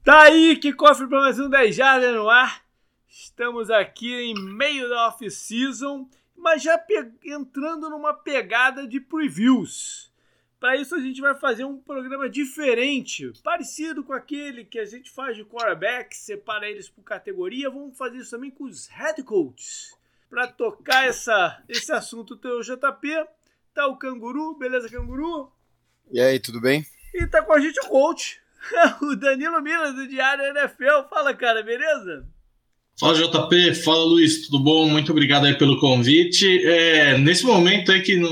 Tá aí, que cofre para mais um 10 Jardas no ar. Estamos aqui em meio da off-season, mas já entrando numa pegada de previews. Para isso a gente vai fazer um programa diferente, parecido com aquele que a gente faz de quarterback, separa eles por categoria. Vamos fazer isso também com os head coaches. Para tocar esse assunto tem o JP, tá o Canguru, beleza, Canguru? E aí, tudo bem? E tá com a gente o coach, o Danilo Minas, do Diário NFL. Fala, cara, beleza? Fala, JP. Fala, Luiz. Tudo bom? Muito obrigado aí pelo convite. Nesse momento aí que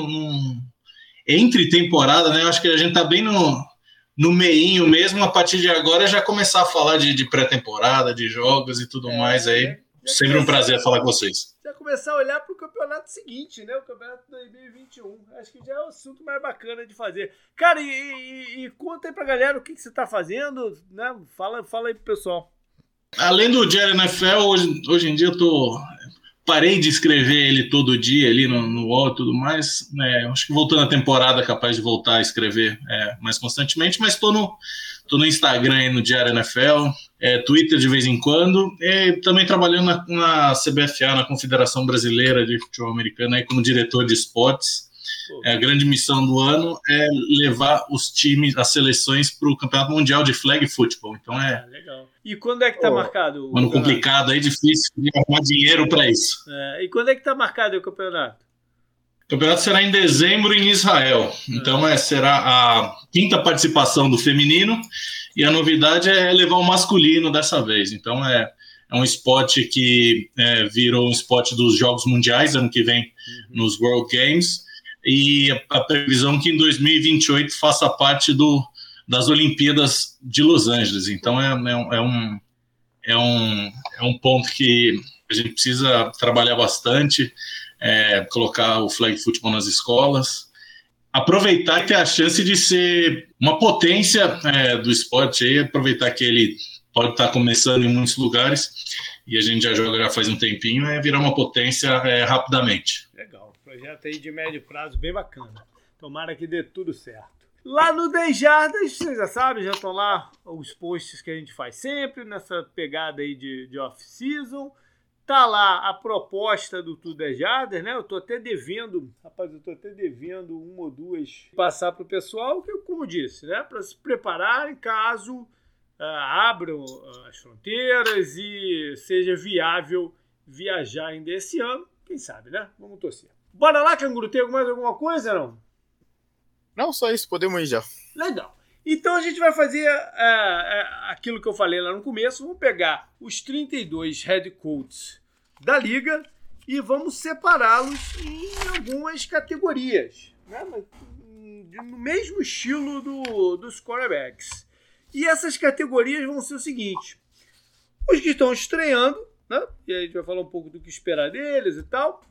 entre temporada, né? Eu acho que a gente tá bem no meinho mesmo. A partir de agora já começar a falar de pré-temporada, de jogos e tudo mais aí. Sempre um prazer falar com vocês. Já começar a olhar para o campeonato seguinte, né? O campeonato 2021. Acho que já é o assunto mais bacana de fazer. Cara, e conta aí pra galera o que você tá fazendo, né? Fala aí pro pessoal. Além do Diário NFL, hoje em dia eu parei de escrever ele todo dia ali no UOL e tudo mais. Acho que voltando à temporada, capaz de voltar a escrever mais constantemente, mas tô no Instagram aí, no Diário NFL, Twitter de vez em quando, e também trabalhando na CBFA, na Confederação Brasileira de Futebol Americano, aí como diretor de esportes. A grande missão do ano é levar os times, as seleções, para o Campeonato Mundial de Flag Football. Então legal. E quando é que tá marcado? Um ano complicado aí, difícil de arrumar dinheiro para isso. E quando é que tá marcado o campeonato? O campeonato será em dezembro em Israel. Então será a 5ª participação do feminino, e a novidade é levar o masculino dessa vez. Então é um esporte que virou um esporte dos Jogos Mundiais ano que vem, nos World Games, e a previsão que em 2028 faça parte das Olimpíadas de Los Angeles. Então é um ponto que a gente precisa trabalhar bastante, colocar o flag football nas escolas, aproveitar que tem a chance de ser uma potência do esporte, aí, aproveitar que ele pode estar começando em muitos lugares e a gente já joga faz um tempinho, virar uma potência rapidamente. Legal. Projeto aí de médio prazo bem bacana. Tomara que dê tudo certo. Lá no 10 Jardas, vocês já sabem, já estão lá os posts que a gente faz sempre, nessa pegada aí de off-season. Tá lá a proposta do Tudo 10 Jardas, né? Eu tô até devendo uma ou duas passar pro pessoal, que como disse, né? Para se prepararem caso abram as fronteiras e seja viável viajar ainda esse ano. Quem sabe, né? Vamos torcer. Bora lá, Canguru, tem mais alguma coisa, não? Não, só isso, podemos ir já. Legal. Então a gente vai fazer aquilo que eu falei lá no começo. Vamos pegar os 32 head coaches da liga e vamos separá-los em algumas categorias, né? No mesmo estilo dos quarterbacks. E essas categorias vão ser o seguinte: os que estão estreando, né? E aí a gente vai falar um pouco do que esperar deles e tal.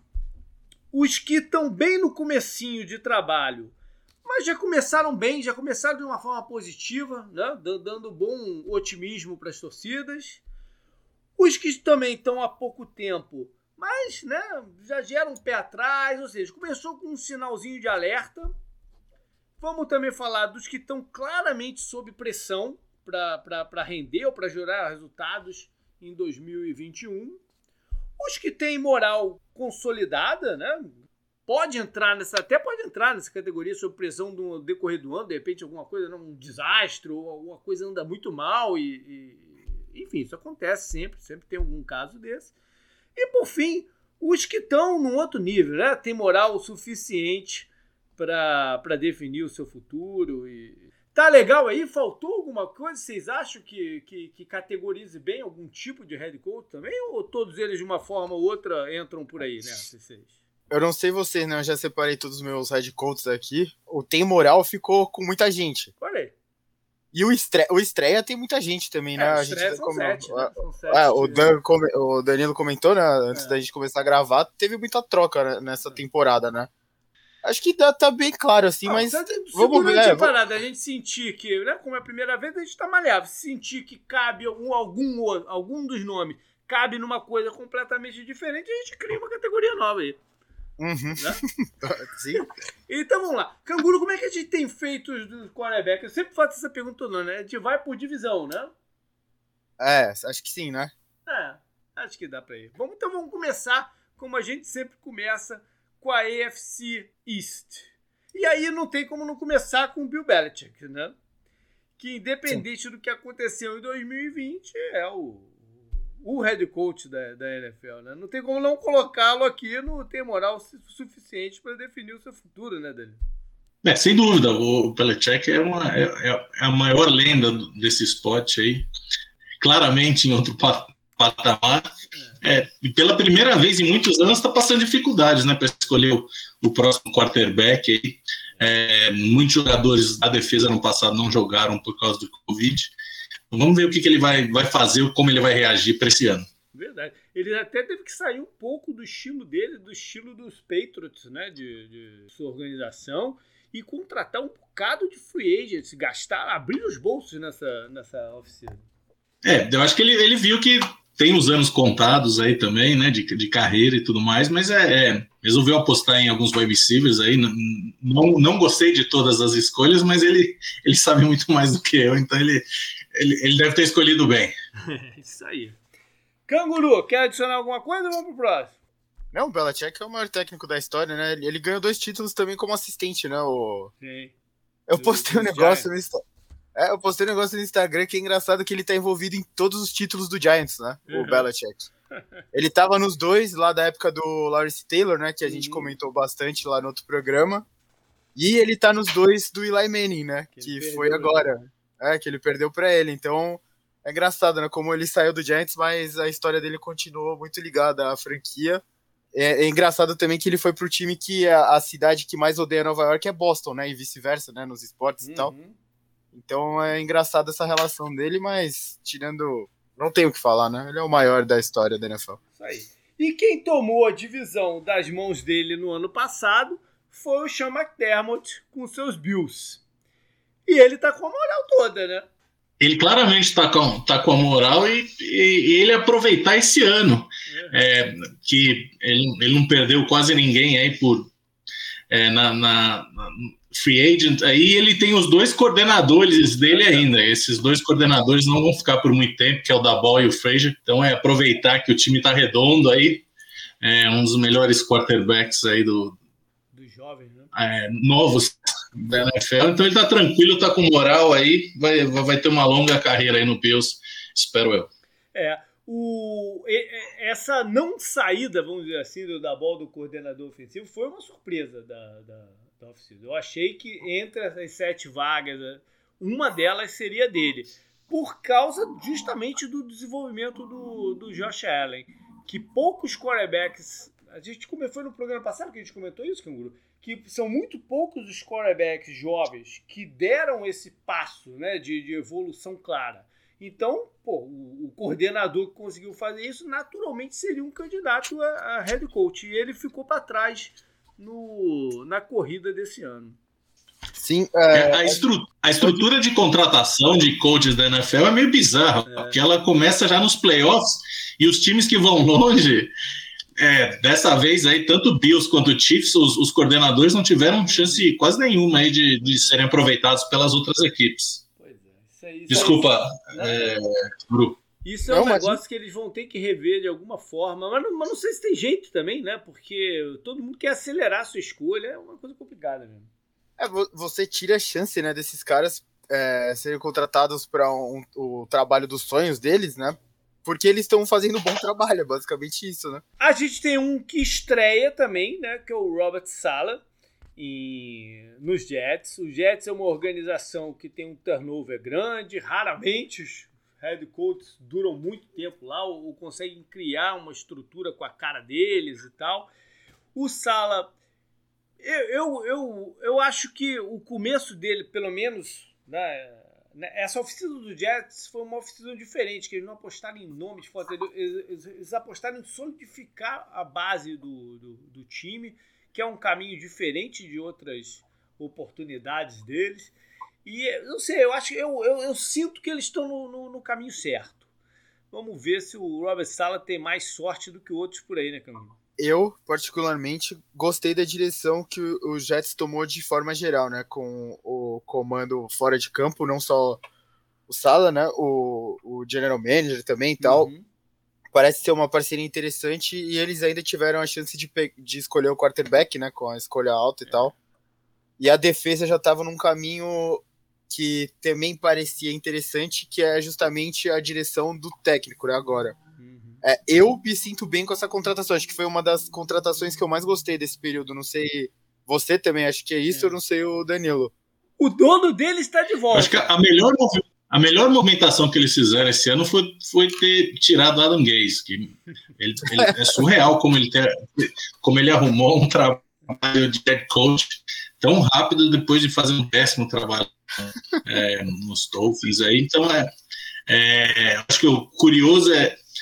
Os que estão bem no comecinho de trabalho, mas já começaram bem, já começaram de uma forma positiva, né? Dando bom otimismo para as torcidas. Os que também estão há pouco tempo, mas né, já geram um pé atrás, ou seja, começou com um sinalzinho de alerta. Vamos também falar dos que estão claramente sob pressão para render ou para gerar resultados em 2021. Os que têm moral consolidada, né? Pode entrar nessa categoria sob pressão no decorrer do ano, de repente alguma coisa, um desastre, ou alguma coisa anda muito mal, enfim, isso acontece sempre tem algum caso desse. E por fim, os que estão num outro nível, né? Tem moral o suficiente para definir o seu futuro. Tá legal aí? Faltou alguma coisa? Vocês acham que categorize bem algum tipo de head coach também? Ou todos eles de uma forma ou outra entram por aí, né? Eu não sei vocês, né? Eu já separei todos os meus head coaches aqui. O Tem Moral ficou com muita gente. Olha aí. E o Estreia tem muita gente também, né? O Estreia são 7, né? O Danilo comentou, né? Antes da gente começar a gravar, teve muita troca nessa temporada, né? Acho que tá bem claro, assim, mas vamos ver. Temporada, a gente sentir que, né, como é a primeira vez, a gente tá malhável. Se sentir que cabe algum dos nomes, cabe numa coisa completamente diferente, a gente cria uma categoria nova aí. Uhum. Né? Sim. Então vamos lá. Canguru, como é que a gente tem feito os quarterbacks? Eu sempre faço essa pergunta, não, né? A gente vai por divisão, né? Acho que sim, né? Acho que dá pra ir. Então vamos começar como a gente sempre começa, com a AFC East. E aí não tem como não começar com o Bill Belichick, né? Que independente do que aconteceu em 2020, é o head coach da NFL, né? Não tem como não colocá-lo aqui, não tem moral suficiente para definir o seu futuro, né, Dani? Sem dúvida, o Belichick é a maior lenda desse esporte aí, claramente em outro patamar. E pela primeira vez em muitos anos está passando dificuldades, né, para escolher o próximo quarterback aí. Muitos jogadores da defesa no passado não jogaram por causa do Covid. Vamos ver o que ele vai fazer, como ele vai reagir para esse ano. Verdade. Ele até teve que sair um pouco do estilo dele, do estilo dos Patriots, né, de sua organização, e contratar um bocado de free agents, abrir os bolsos nessa oficina. Eu acho que ele viu que tem os anos contados aí também, né, de carreira e tudo mais, mas resolveu apostar em alguns wide receivers aí. Não gostei de todas as escolhas, mas ele sabe muito mais do que eu, então ele deve ter escolhido bem. Isso aí. Canguru, quer adicionar alguma coisa ou vamos pro próximo? Não, o Belichick é o maior técnico da história, né? Ele ganhou 2 títulos também como assistente, né? Sim. Eu postei um negócio no Instagram. Eu postei um negócio no Instagram que é engraçado que ele tá envolvido em todos os títulos do Giants, né? O Belichick. Ele tava nos 2 lá da época do Lawrence Taylor, né? Que a gente comentou bastante lá no outro programa. E ele tá nos 2 do Eli Manning, né? Que foi agora. Que ele perdeu pra ele. Então, é engraçado, né? Como ele saiu do Giants, mas a história dele continuou muito ligada à franquia. É engraçado também que ele foi pro time que a cidade que mais odeia Nova York é Boston, né? E vice-versa, né? Nos esportes e tal. Então é engraçado essa relação dele, mas tirando... Não tem o que falar, né? Ele é o maior da história da NFL. Isso aí. E quem tomou a divisão das mãos dele no ano passado foi o Sean McDermott com seus Bills. E ele tá com a moral toda, né? Ele claramente está com a moral e ele aproveitar esse ano, que ele não perdeu quase ninguém aí na free agent, aí ele tem os 2 coordenadores dele ainda. Esses 2 coordenadores não vão ficar por muito tempo, que é o Daboll e o Frazier. Então aproveitar que o time está redondo aí, um dos melhores quarterbacks aí do jovem, né? Novos da NFL. Então ele tá tranquilo, tá com moral aí, vai ter uma longa carreira aí no Bills, espero eu. Essa não saída, vamos dizer assim, do Daboll do coordenador ofensivo foi uma surpresa da oficina. Eu achei que entre as 7 vagas, uma delas seria dele, por causa justamente do desenvolvimento do Josh Allen, que poucos quarterbacks... Foi no programa passado que a gente comentou isso, Canguru, que são muito poucos os quarterbacks jovens que deram esse passo, né, de evolução clara. Então, o coordenador que conseguiu fazer isso naturalmente seria um candidato a head coach. E ele ficou para trás na corrida desse ano. Sim, a estrutura de contratação de coaches da NFL é meio bizarra, porque ela começa já nos playoffs e os times que vão longe... dessa vez aí, tanto o Bills quanto o Chiefs, os coordenadores não tiveram chance quase nenhuma aí de serem aproveitados pelas outras equipes. Pois é. Desculpa, Bru. Isso é um negócio que eles vão ter que rever de alguma forma, mas não sei se tem jeito também, né? Porque todo mundo quer acelerar a sua escolha, é uma coisa complicada mesmo. Você tira a chance, né, desses caras serem contratados para o trabalho dos sonhos deles, né? Porque eles estão fazendo um bom trabalho, é basicamente isso, né? A gente tem um que estreia também, né? Que é o Robert Saleh nos Jets. O Jets é uma organização que tem um turnover grande, raramente os head coaches duram muito tempo lá ou conseguem criar uma estrutura com a cara deles e tal. O Saleh, eu acho que o começo dele, pelo menos, né, essa oficina do Jets foi uma oficina diferente, que eles não apostaram em nomes fortes, eles apostaram em solidificar a base do time, que é um caminho diferente de outras oportunidades deles. E não sei, eu sinto que eles estão no caminho certo. Vamos ver se o Robert Saleh tem mais sorte do que outros por aí, né, Camilo? Eu, particularmente, gostei da direção que o Jets tomou de forma geral, né? Com o comando fora de campo, não só Sala, né? O General Manager também e tal. Parece ser uma parceria interessante e eles ainda tiveram a chance de escolher o quarterback, né? Com a escolha alta e tal. E a defesa já estava num caminho que também parecia interessante, que é justamente a direção do técnico, né? Agora. Eu me sinto bem com essa contratação. Acho que foi uma das contratações que eu mais gostei desse período. Não sei, você também acha que é isso, eu não sei o Danilo. O dono dele está de volta. Acho que a melhor movimentação que eles fizeram esse ano foi ter tirado o Adam Gase, que ele é surreal como ele arrumou um trabalho de head coach tão rápido depois de fazer um péssimo trabalho nos Dolphins aí. Então acho que o curioso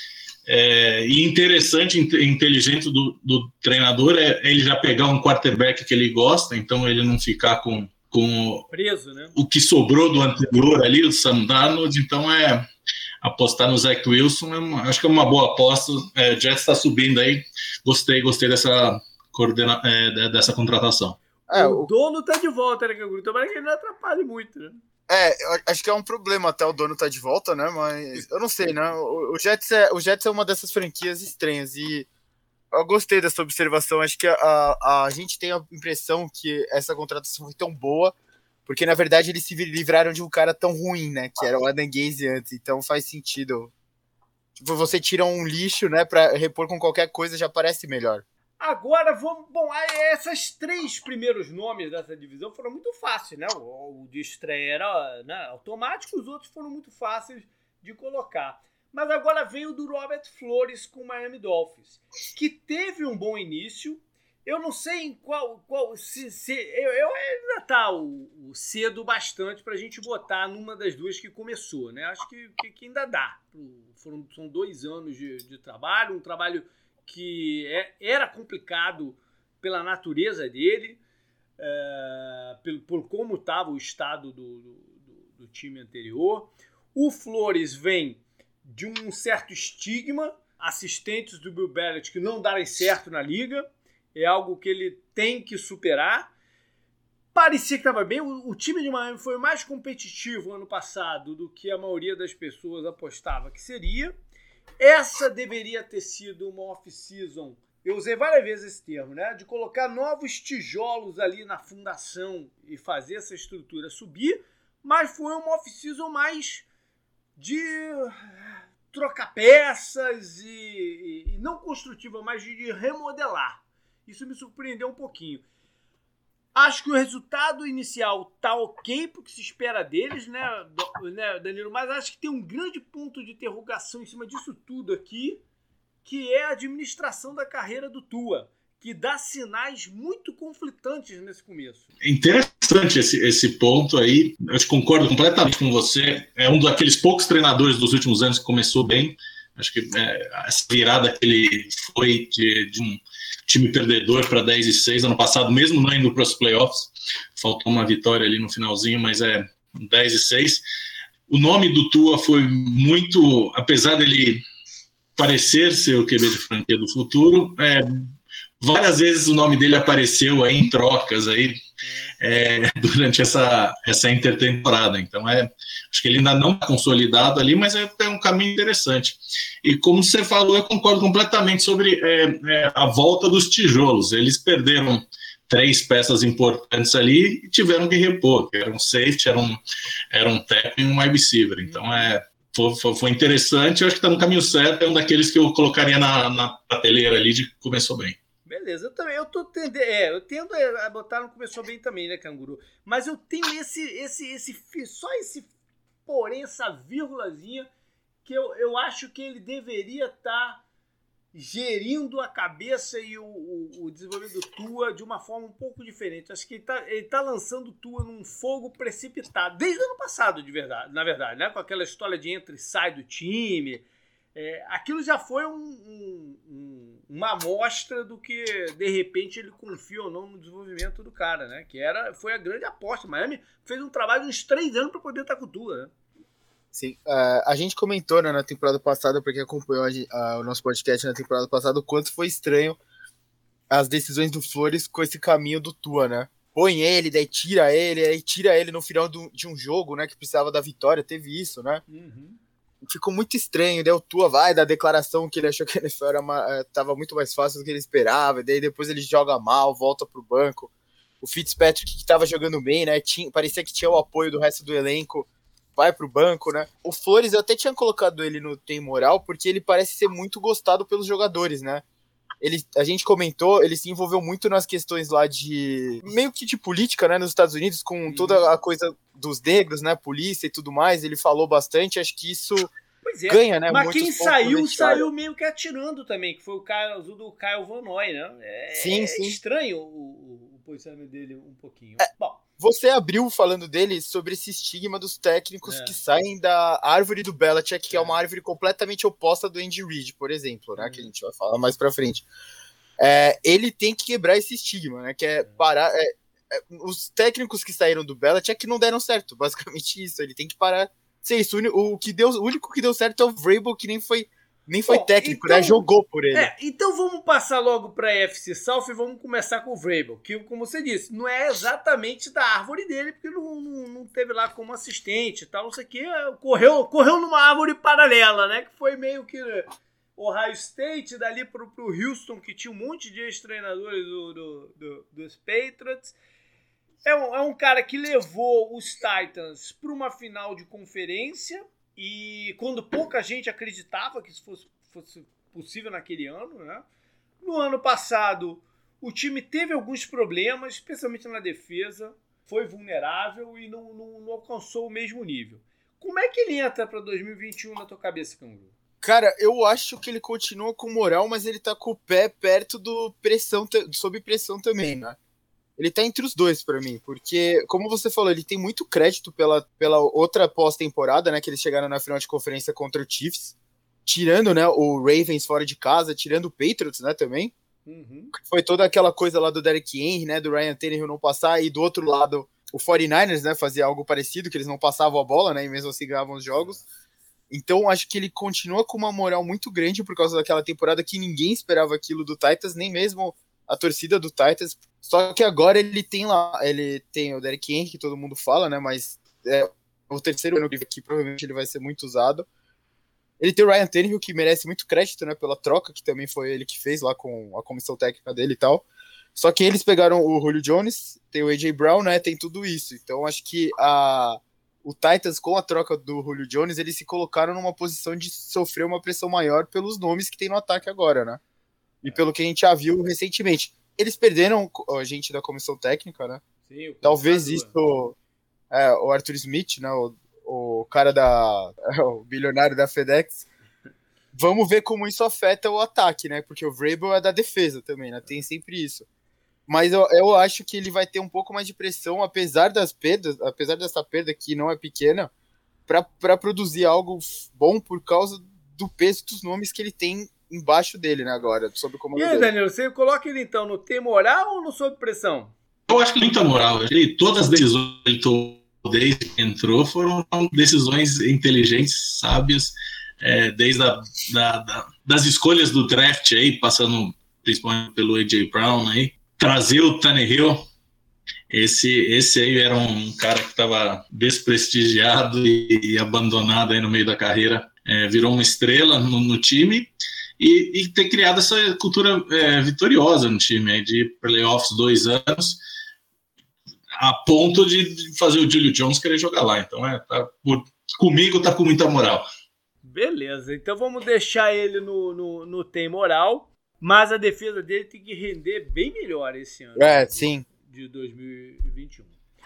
e interessante e inteligente do treinador é ele já pegar um quarterback que ele gosta, então ele não ficar com preso, né? O que sobrou do anterior ali, o Sam Darnold. Então apostar no Zach Wilson, acho que é uma boa aposta. O Jets está subindo aí, gostei dessa dessa contratação. O dono tá de volta, né, Canguru? Tomara que ele não atrapalhe muito, né? Eu acho que é um problema até o dono tá de volta, né? Mas eu não sei, né? O Jets é uma dessas franquias estranhas e eu gostei dessa observação. Acho que a gente tem a impressão que essa contratação foi tão boa porque, na verdade, eles se livraram de um cara tão ruim, né? Que era o Adam Gase antes. Então faz sentido. Tipo, você tira um lixo, né? Pra repor com qualquer coisa já parece melhor. Agora vamos. Bom, esses 3 primeiros nomes dessa divisão foram muito fáceis, né? O de estreia era, né, automático, os outros foram muito fáceis de colocar. Mas agora veio o do Robert Flores com o Miami Dolphins, que teve um bom início. Eu não sei em qual eu ainda tá cedo bastante para a gente botar numa das duas que começou, né? Acho que ainda dá. São 2 anos de trabalho, um trabalho que era complicado pela natureza dele, por como estava o estado do time anterior. O Flores vem de um certo estigma, assistentes do Bill Belichick que não darem certo na liga, é algo que ele tem que superar. Parecia que estava bem, o time de Miami foi mais competitivo ano passado do que a maioria das pessoas apostava que seria. Essa deveria ter sido uma off-season, eu usei várias vezes esse termo, né? De colocar novos tijolos ali na fundação e fazer essa estrutura subir, mas foi uma off-season mais de trocar peças e não construtiva, mas de remodelar. Isso me surpreendeu um pouquinho. Acho que o resultado inicial tá ok pro que se espera deles, né, Danilo? Mas acho que tem um grande ponto de interrogação em cima disso tudo aqui, que é a administração da carreira do Tua, que dá sinais muito conflitantes nesse começo. É interessante esse ponto aí. Eu concordo completamente com você. É um daqueles poucos treinadores dos últimos anos que começou bem. Acho que essa virada que ele foi de um time perdedor para 10-6 ano passado, mesmo não indo para os playoffs, faltou uma vitória ali no finalzinho, mas 10-6. O nome do Tua foi muito, apesar dele parecer ser o QB de franquia do futuro, várias vezes o nome dele apareceu aí em trocas aí, durante essa intertemporada. Então acho que ele ainda não está consolidado ali, mas é um caminho interessante. E como você falou, eu concordo completamente sobre a volta dos tijolos. Eles perderam 3 peças importantes ali e tiveram que repor, que era um safety, era um tackle e um wide receiver. Então foi interessante, eu acho que está no caminho certo, é um daqueles que eu colocaria na prateleira ali de que começou bem. Beleza, eu tendo a botar no começou bem também, né, Canguru? Mas eu tenho porém, essa vírgulazinha, que eu acho que ele deveria estar gerindo a cabeça e o desenvolvimento do Tua de uma forma um pouco diferente. Acho que ele tá lançando o Tua num fogo precipitado, desde o ano passado, na verdade, né? Com aquela história de entra e sai do time. Aquilo já foi uma amostra do que, de repente, ele confia ou não no desenvolvimento do cara, né? Que foi a grande aposta. Miami fez um trabalho de uns 3 anos para poder estar com o Tua, né? Sim, a gente comentou, né, na temporada passada, porque acompanhou o nosso podcast na temporada passada, o quanto foi estranho as decisões do Flores com esse caminho do Tua, né? põe ele, daí tira ele, aí tira ele no final de um jogo, né, que precisava da vitória, teve isso, né? Ficou muito estranho, daí o Tua vai da declaração que ele achou que a NFL tava muito mais fácil do que ele esperava, daí depois ele joga mal, volta pro banco. O Fitzpatrick, que tava jogando bem, né, parecia que tinha o apoio do resto do elenco, vai pro banco, né? O Flores, eu até tinha colocado ele no Tem Moral, porque ele parece ser muito gostado pelos jogadores, né? A gente comentou, ele se envolveu muito nas questões lá meio que de política, né, nos Estados Unidos, com toda a coisa dos negros, né, polícia e tudo mais, ele falou bastante, acho que isso ganha, né? Mas quem saiu meio que atirando também, que foi o caso do Kyle Van Noy, né? Sim. Estranho o posicionamento dele um pouquinho. Bom. Você abriu falando dele sobre esse estigma dos técnicos que saem da árvore do Belichick, que é uma árvore completamente oposta do Andy Reid, por exemplo, né? Que a gente vai falar mais pra frente. Ele tem que quebrar esse estigma, né? Que é parar. Os técnicos que saíram do Belichick não deram certo, basicamente isso. Ele tem que parar de ser isso. O único que deu certo é o Vrabel, que nem foi técnico, então, né? Jogou por ele. Então vamos passar logo para a AFC South e vamos começar com o Vrabel, que, como você disse, não é exatamente da árvore dele, porque não teve lá como assistente e tal, não sei o que. Correu numa árvore paralela, né? Que foi meio que Ohio State, dali pro Houston, que tinha um monte de ex-treinadores dos Patriots. É um cara que levou os Titans para uma final de conferência, e quando pouca gente acreditava que isso fosse possível naquele ano, né? No ano passado, o time teve alguns problemas, especialmente na defesa, foi vulnerável e não alcançou o mesmo nível. Como é que ele entra para 2021 na tua cabeça, Canguru? Cara, eu acho que ele continua com moral, mas ele tá com o pé perto sob pressão também, né? Ele tá entre os dois pra mim, porque, como você falou, ele tem muito crédito pela outra pós-temporada, né, que eles chegaram na final de conferência contra o Chiefs, tirando, né, o Ravens fora de casa, tirando o Patriots, né, também. Foi toda aquela coisa lá do Derrick Henry, né, do Ryan Tannehill não passar, e do outro lado, o 49ers, né, fazia algo parecido, que eles não passavam a bola, né, e mesmo assim ganhavam os jogos. Então, acho que ele continua com uma moral muito grande por causa daquela temporada que ninguém esperava aquilo do Titans, nem mesmo a torcida do Titans. Só que agora ele tem o Derrick Henry, que todo mundo fala, né? Mas o terceiro ano que provavelmente ele vai ser muito usado. Ele tem o Ryan Tannehill, que merece muito crédito, né? Pela troca, que também foi ele que fez lá com a comissão técnica dele e tal. Só que eles pegaram o Julio Jones, tem o A.J. Brown, né? Tem tudo isso. Então acho que o Titans, com a troca do Julio Jones, eles se colocaram numa posição de sofrer uma pressão maior pelos nomes que tem no ataque agora, né? E pelo que a gente já viu recentemente. Eles perderam a gente da comissão técnica, né? Sim, talvez isso... o Arthur Smith, né? O cara o bilionário da FedEx. Vamos ver como isso afeta o ataque, né? Porque o Vrabel é da defesa também, né? Tem sempre isso. Mas eu acho que ele vai ter um pouco mais de pressão, apesar dessa perda que não é pequena, para produzir algo bom por causa do peso dos nomes que ele tem embaixo dele, né, agora, sob o comando dele. E aí, Danilo, você coloca ele então no tem moral ou no sob pressão? Eu acho que muita moral. Todas as decisões que ele tomou desde que entrou foram decisões inteligentes, sábias, desde das escolhas do draft aí, passando principalmente pelo A.J. Brown aí, trazer o Tannehill. Esse aí era um cara que estava desprestigiado e abandonado aí no meio da carreira, virou uma estrela no time. E ter criado essa cultura vitoriosa no time, aí, de playoffs 2 anos, a ponto de fazer o Julio Jones querer jogar lá. Então, comigo tá com muita moral. Beleza, então vamos deixar ele no tem moral, mas a defesa dele tem que render bem melhor esse ano. Sim. De 2021.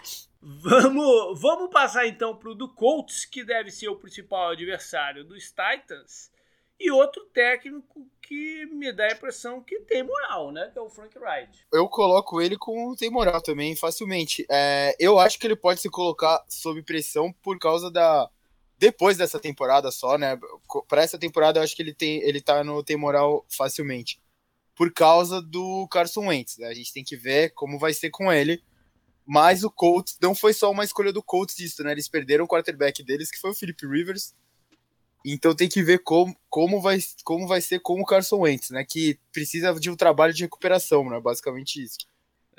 Vamos passar então pro do Colts, que deve ser o principal adversário dos Titans. E outro técnico que me dá a impressão que tem moral, né? Que é o Frank Reich. Eu coloco ele com tem moral também, facilmente. Eu acho que ele pode se colocar sob pressão por causa depois dessa temporada só, né? Para essa temporada eu acho que ele tá no tem moral facilmente. Por causa do Carson Wentz, né? A gente tem que ver como vai ser com ele. Mas o Colts não foi só uma escolha do Colts disso, né? Eles perderam o quarterback deles, que foi o Philip Rivers. Então tem que ver como vai ser com o Carson Wentz, né? Que precisa de um trabalho de recuperação, né? Basicamente isso.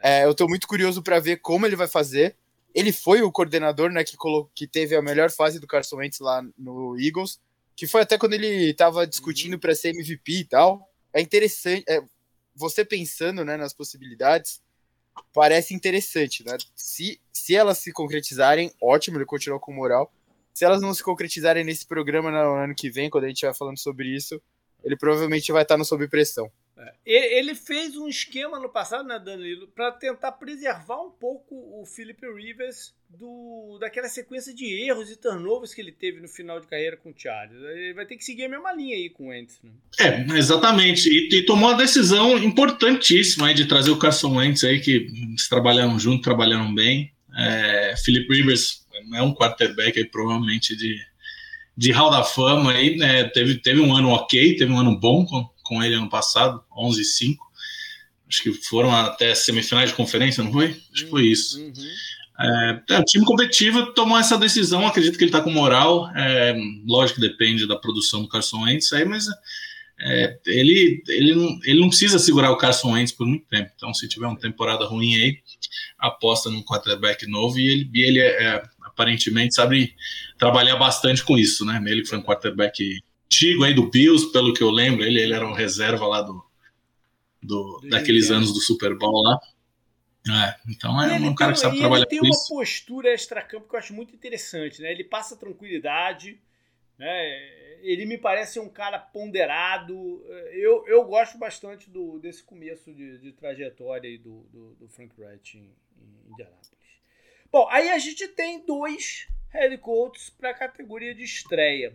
Eu tô muito curioso para ver como ele vai fazer. Ele foi o coordenador, né, que teve a melhor fase do Carson Wentz lá no Eagles, que foi até quando ele tava discutindo para ser MVP e tal. É interessante, você pensando, né, nas possibilidades, parece interessante, né? Se elas se concretizarem, ótimo, ele continua com moral. Se elas não se concretizarem nesse programa no ano que vem, quando a gente estiver falando sobre isso, ele provavelmente vai estar no Sob Pressão. Ele fez um esquema no passado, né, Danilo, para tentar preservar um pouco o Philip Rivers daquela sequência de erros e turnovers que ele teve no final de carreira com o Chargers. Ele vai ter que seguir a mesma linha aí com o Wentz, né? Exatamente. E tomou uma decisão importantíssima aí de trazer o Carson Wentz aí, que eles trabalharam junto, trabalharam bem. Philip Rivers é um quarterback aí, provavelmente de Hall da Fama aí, né? Teve um ano ok, teve um ano bom com ele ano passado, 11-5. Acho que foram até semifinais de conferência, não foi? Acho que foi isso. O time competitivo tomou essa decisão, acredito que ele está com moral. Lógico que depende da produção do Carson Wentz aí, mas ele não precisa segurar o Carson Wentz por muito tempo. Então, se tiver uma temporada ruim aí, aposta num quarterback novo, e ele aparentemente sabe trabalhar bastante com isso, né? Ele foi um quarterback antigo aí do Bills, pelo que eu lembro, ele era um reserva lá daqueles anos do Super Bowl lá. Então um cara que sabe trabalhar com isso. Ele tem uma postura extracampo que eu acho muito interessante, né? Ele passa tranquilidade, né? Ele me parece um cara ponderado. Eu gosto bastante desse começo de trajetória aí do Frank Reich em Indianápolis. Bom, aí a gente tem 2 head coaches para a categoria de estreia.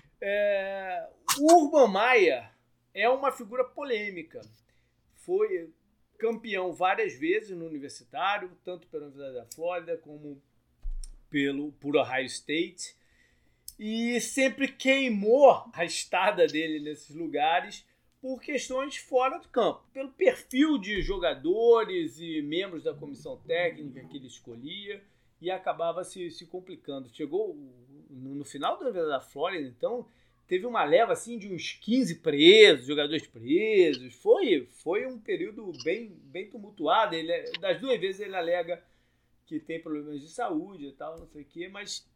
O Urban Meyer é uma figura polêmica. Foi campeão várias vezes no universitário, tanto pela Universidade da Flórida como por Ohio State, e sempre queimou a estada dele nesses lugares por questões fora do campo, pelo perfil de jogadores e membros da comissão técnica que ele escolhia, e acabava se complicando. Chegou no final da Universidade da Flórida, então teve uma leva assim de uns 15 presos, jogadores presos. Foi um período bem tumultuado. Das 2 vezes ele alega que tem problemas de saúde e tal, não sei o quê, mas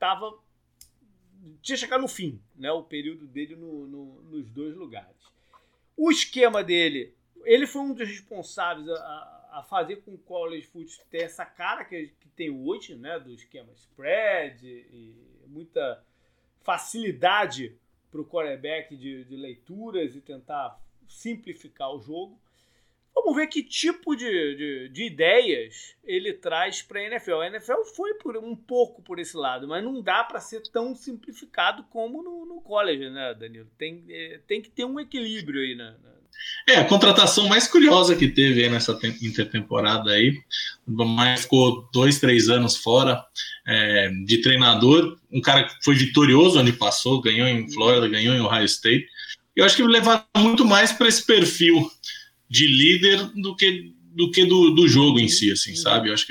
tinha chegado no fim, né, o período dele nos 2 lugares. O esquema dele, ele foi um dos responsáveis a fazer com que o college football tenha essa cara que tem hoje, né, do esquema spread e muita facilidade para o quarterback de leituras e tentar simplificar o jogo. Vamos ver que tipo de ideias ele traz para a NFL. A NFL foi um pouco por esse lado, mas não dá para ser tão simplificado como no college, né, Danilo? Tem que ter um equilíbrio aí, né? A contratação mais curiosa que teve aí nessa intertemporada aí. O Maia ficou 2-3 anos fora de treinador. Um cara que foi vitorioso onde passou, ganhou em Flórida, ganhou em Ohio State. Eu acho que levar muito mais para esse perfil de líder do que do jogo em si, assim, sabe? Eu acho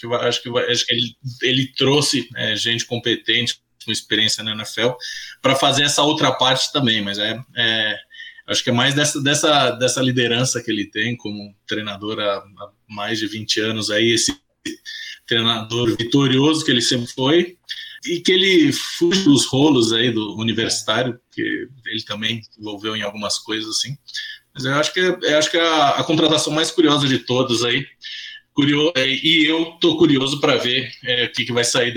que ele trouxe gente competente, com experiência na NFL, para fazer essa outra parte também, mas acho que é mais dessa liderança que ele tem como treinador há mais de 20 anos aí, esse treinador vitorioso que ele sempre foi, e que ele fuge dos rolos aí do universitário, que ele também envolveu em algumas coisas assim. Mas eu acho que a contratação mais curiosa de todos aí, e eu tô curioso para ver o que vai sair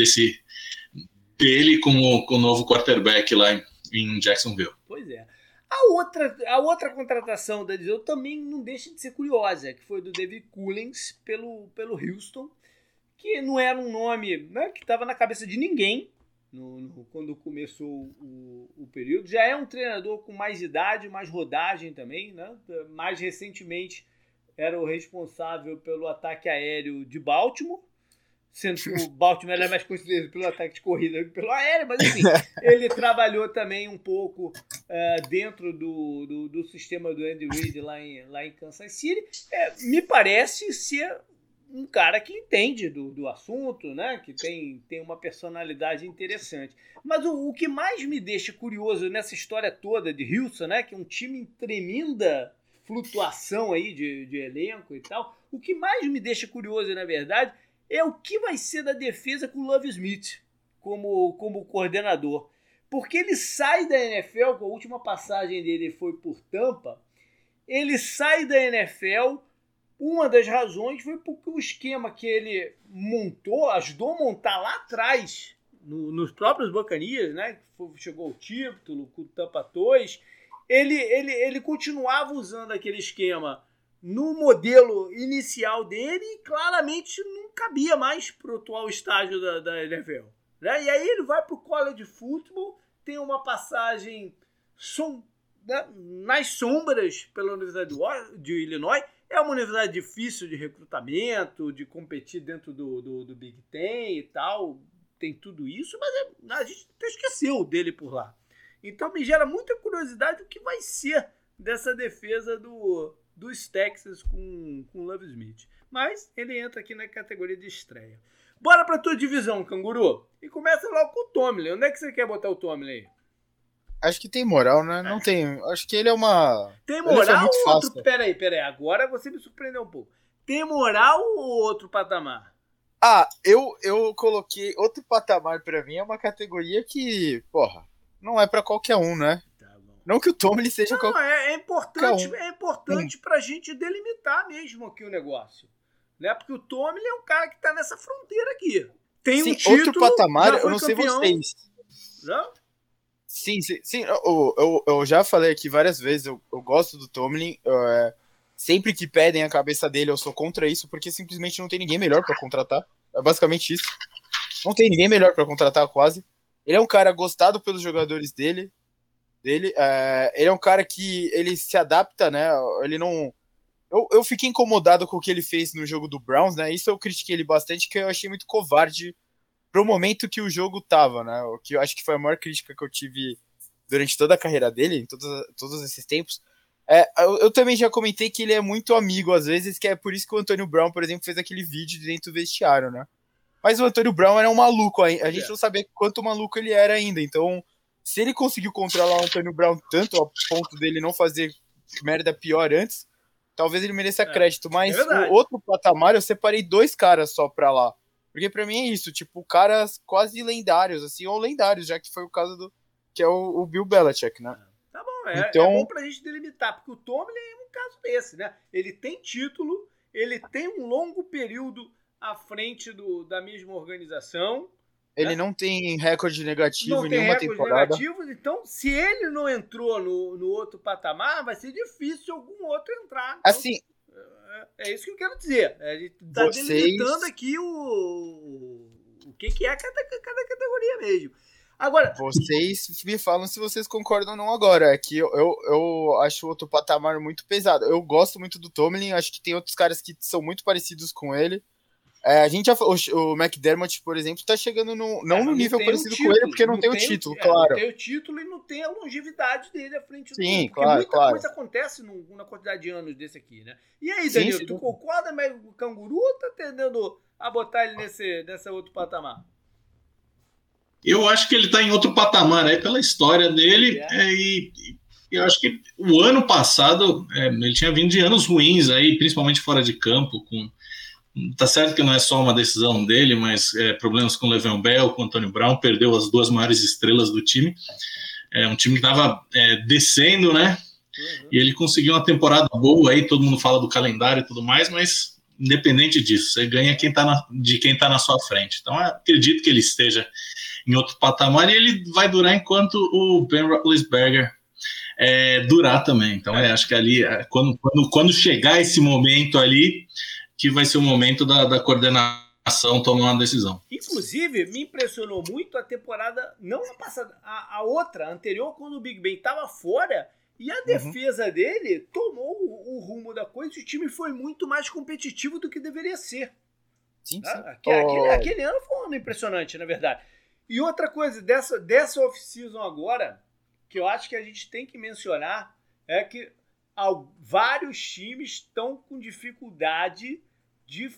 dele com o novo quarterback lá em Jacksonville. Pois é. A outra contratação da Disney também não deixa de ser curiosa, que foi do David Cullins pelo Houston, que não era um nome, né, que estava na cabeça de ninguém quando começou o período. Já é um treinador com mais idade, mais rodagem também, né? Mais recentemente era o responsável pelo ataque aéreo de Baltimore, sendo que o Baltimore era mais conhecido pelo ataque de corrida que pelo aéreo, mas enfim, ele trabalhou também um pouco dentro do sistema do Andy Reid lá em Kansas City. Me parece ser um cara que entende do assunto, né? Que tem uma personalidade interessante. Mas o que mais me deixa curioso nessa história toda de Houston, né? Que é um time em tremenda flutuação aí de elenco e tal. O que mais me deixa curioso, na verdade, é o que vai ser da defesa com o Love Smith como coordenador. Porque ele sai da NFL, a última passagem dele foi por Tampa, ele sai da NFL, uma das razões foi porque o esquema que ele montou, ajudou a montar lá atrás, nos próprios Buccaneers, né, que chegou ao título com o Tampa 2, ele continuava usando aquele esquema no modelo inicial dele e claramente não cabia mais para o atual estágio da NFL. Né? E aí ele vai para o college football, tem uma passagem nas sombras pela Universidade de Illinois. É uma universidade difícil de recrutamento, de competir dentro do Big Ten e tal, tem tudo isso, mas a gente até esqueceu dele por lá. Então me gera muita curiosidade o que vai ser dessa defesa dos Texans com o Love Smith. Mas ele entra aqui na categoria de estreia. Bora pra tua divisão, Canguru. E começa logo com o Tomlin. Onde é que você quer botar o Tomlin aí? Acho que tem moral, né? Não tem. Acho que ele é uma... Tem moral ou outro... Peraí. Agora você me surpreendeu um pouco. Tem moral ou outro patamar? Eu coloquei outro patamar pra mim. É uma categoria que, porra, não é pra qualquer um, né? Tá bom. Não que o Tomlin seja qualquer um. É importante pra gente delimitar mesmo aqui o negócio. Né? Porque o Tomlin é um cara que tá nessa fronteira aqui. Tem um título... Outro patamar, eu não sei vocês. Não? Sim. Eu já falei aqui várias vezes, eu gosto do Tomlin. Sempre que pedem a cabeça dele, eu sou contra isso, porque simplesmente não tem ninguém melhor pra contratar. É basicamente isso. Não tem ninguém melhor pra contratar, quase. Ele é um cara gostado pelos jogadores dele. Ele é um cara que ele se adapta, né? Ele não... Eu fiquei incomodado com o que ele fez no jogo do Browns, né? Isso eu critiquei ele bastante, que eu achei muito covarde pro momento que o jogo tava, né? O que eu acho que foi a maior crítica que eu tive durante toda a carreira dele, em todos esses tempos. Eu também já comentei que ele é muito amigo, às vezes, que é por isso que o Antônio Brown, por exemplo, fez aquele vídeo dentro do vestiário, né? Mas o Antônio Brown era um maluco, a gente não sabia quanto maluco ele era ainda, então se ele conseguiu controlar o Antônio Brown tanto a ponto dele não fazer merda pior antes, talvez ele mereça crédito, mas o outro patamar eu separei 2 caras só pra lá. Porque pra mim é isso, tipo, caras quase lendários, assim, ou lendários, já que foi o caso que é o Bill Belichick, né? Tá bom, então... é bom pra gente delimitar, porque o Tomlin é um caso desse, né? Ele tem título, ele tem um longo período à frente da mesma organização. Ele não tem recorde negativo em nenhuma temporada. Então, se ele não entrou no outro patamar, vai ser difícil algum outro entrar. Então, assim, é isso que eu quero dizer. A gente tá delimitando aqui o que é cada categoria mesmo. Agora, vocês me falam se vocês concordam ou não agora. É que eu acho o outro patamar muito pesado. Eu gosto muito do Tomlin, acho que tem outros caras que são muito parecidos com ele. A gente já o McDermott, por exemplo, tá chegando não no nível parecido com ele, porque não tem o título, claro. Não tem o título e não tem a longevidade dele à frente do Sim, porque muita coisa acontece na quantidade de anos desse aqui, né? E aí, Danilo, tu concorda, mas o Canguru tá tendendo a botar ele nesse outro patamar? Eu acho que ele tá em outro patamar aí pela história dele, e eu acho que o ano passado ele tinha vindo de anos ruins aí, principalmente fora de campo, tá certo que não é só uma decisão dele, mas problemas com o Le'Veon Bell, com o Antônio Brown, perdeu as 2 maiores estrelas do time. Um time que estava descendo, né? Uhum. E ele conseguiu uma temporada boa aí, todo mundo fala do calendário e tudo mais, mas independente disso, você ganha de quem tá na sua frente. Então, acredito que ele esteja em outro patamar e ele vai durar enquanto o Ben Roethlisberger durar também. Então, acho que ali, quando chegar esse momento ali, que vai ser o momento da coordenação tomar uma decisão. Inclusive, me impressionou muito a temporada, não a passada, a outra, a anterior, quando o Big Ben estava fora, e a defesa dele tomou o rumo da coisa, e o time foi muito mais competitivo do que deveria ser. Sim. Aquele ano foi um ano impressionante, na verdade. E outra coisa, dessa off-season agora, que eu acho que a gente tem que mencionar, é que vários times estão com dificuldade de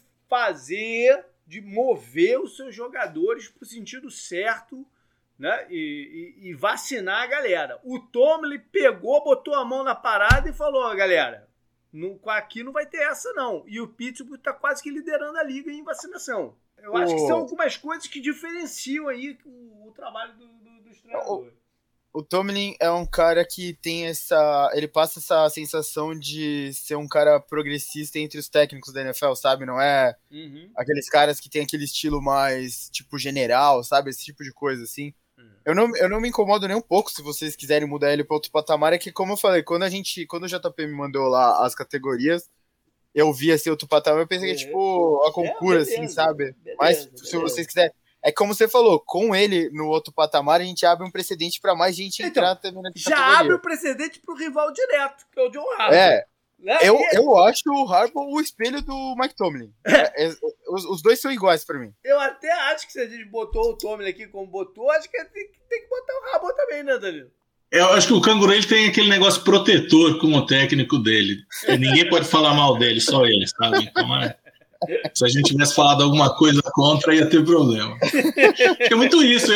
mover os seus jogadores para o sentido certo, né? E vacinar a galera. O Tomlin pegou, botou a mão na parada e falou: galera, Aqui não vai ter essa, não. E o Pittsburgh está quase que liderando a liga em vacinação. Eu acho que são algumas coisas que diferenciam aí o trabalho dos treinadores. O Tomlin é um cara que tem ele passa essa sensação de ser um cara progressista entre os técnicos da NFL, sabe? Não é aqueles caras que tem aquele estilo mais, tipo, general, sabe? Esse tipo de coisa, assim. Eu não me incomodo nem um pouco se vocês quiserem mudar ele para outro patamar. É que, como eu falei, quando o JP me mandou lá as categorias, eu vi esse outro patamar, eu pensei que é tipo a concurso, assim, sabe? Mas se vocês quiserem. É como você falou, com ele no outro patamar, a gente abre um precedente para mais gente entrar também na categoria. Já abre o precedente pro rival direto, que é o John Harbaugh. Né? Eu acho o Harbaugh o espelho do Mike Tomlin. Os dois são iguais pra mim. Eu até acho que se a gente botou o Tomlin aqui como botou, acho que tem que botar o Harbaugh também, né, Danilo? Eu acho que o Canguru ele tem aquele negócio protetor com o técnico dele. Ninguém pode falar mal dele, só ele, sabe? Então, se a gente tivesse falado alguma coisa contra, ia ter problema. É muito isso.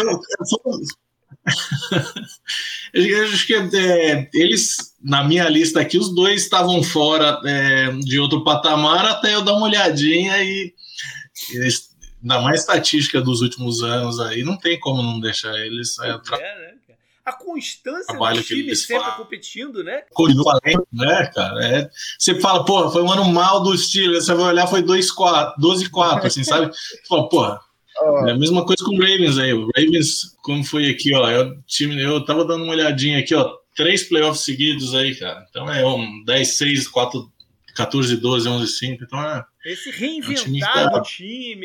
Eu acho que eles, na minha lista aqui, os dois estavam fora de outro patamar até eu dar uma olhadinha e ainda mais estatística dos últimos anos aí, não tem como não deixar eles né? A constância do time sempre competindo, né? Continua lento, né, cara? Você fala, pô, foi um ano mal do Steelers, você vai olhar, foi 12-4, assim, sabe? Você fala, porra, é a mesma coisa com o Ravens aí. O Ravens, como foi aqui, ó, eu tava dando uma olhadinha aqui, ó, 3 playoffs seguidos aí, cara. Então 10-6, 14-12, 11-5, então esse reinventar do time,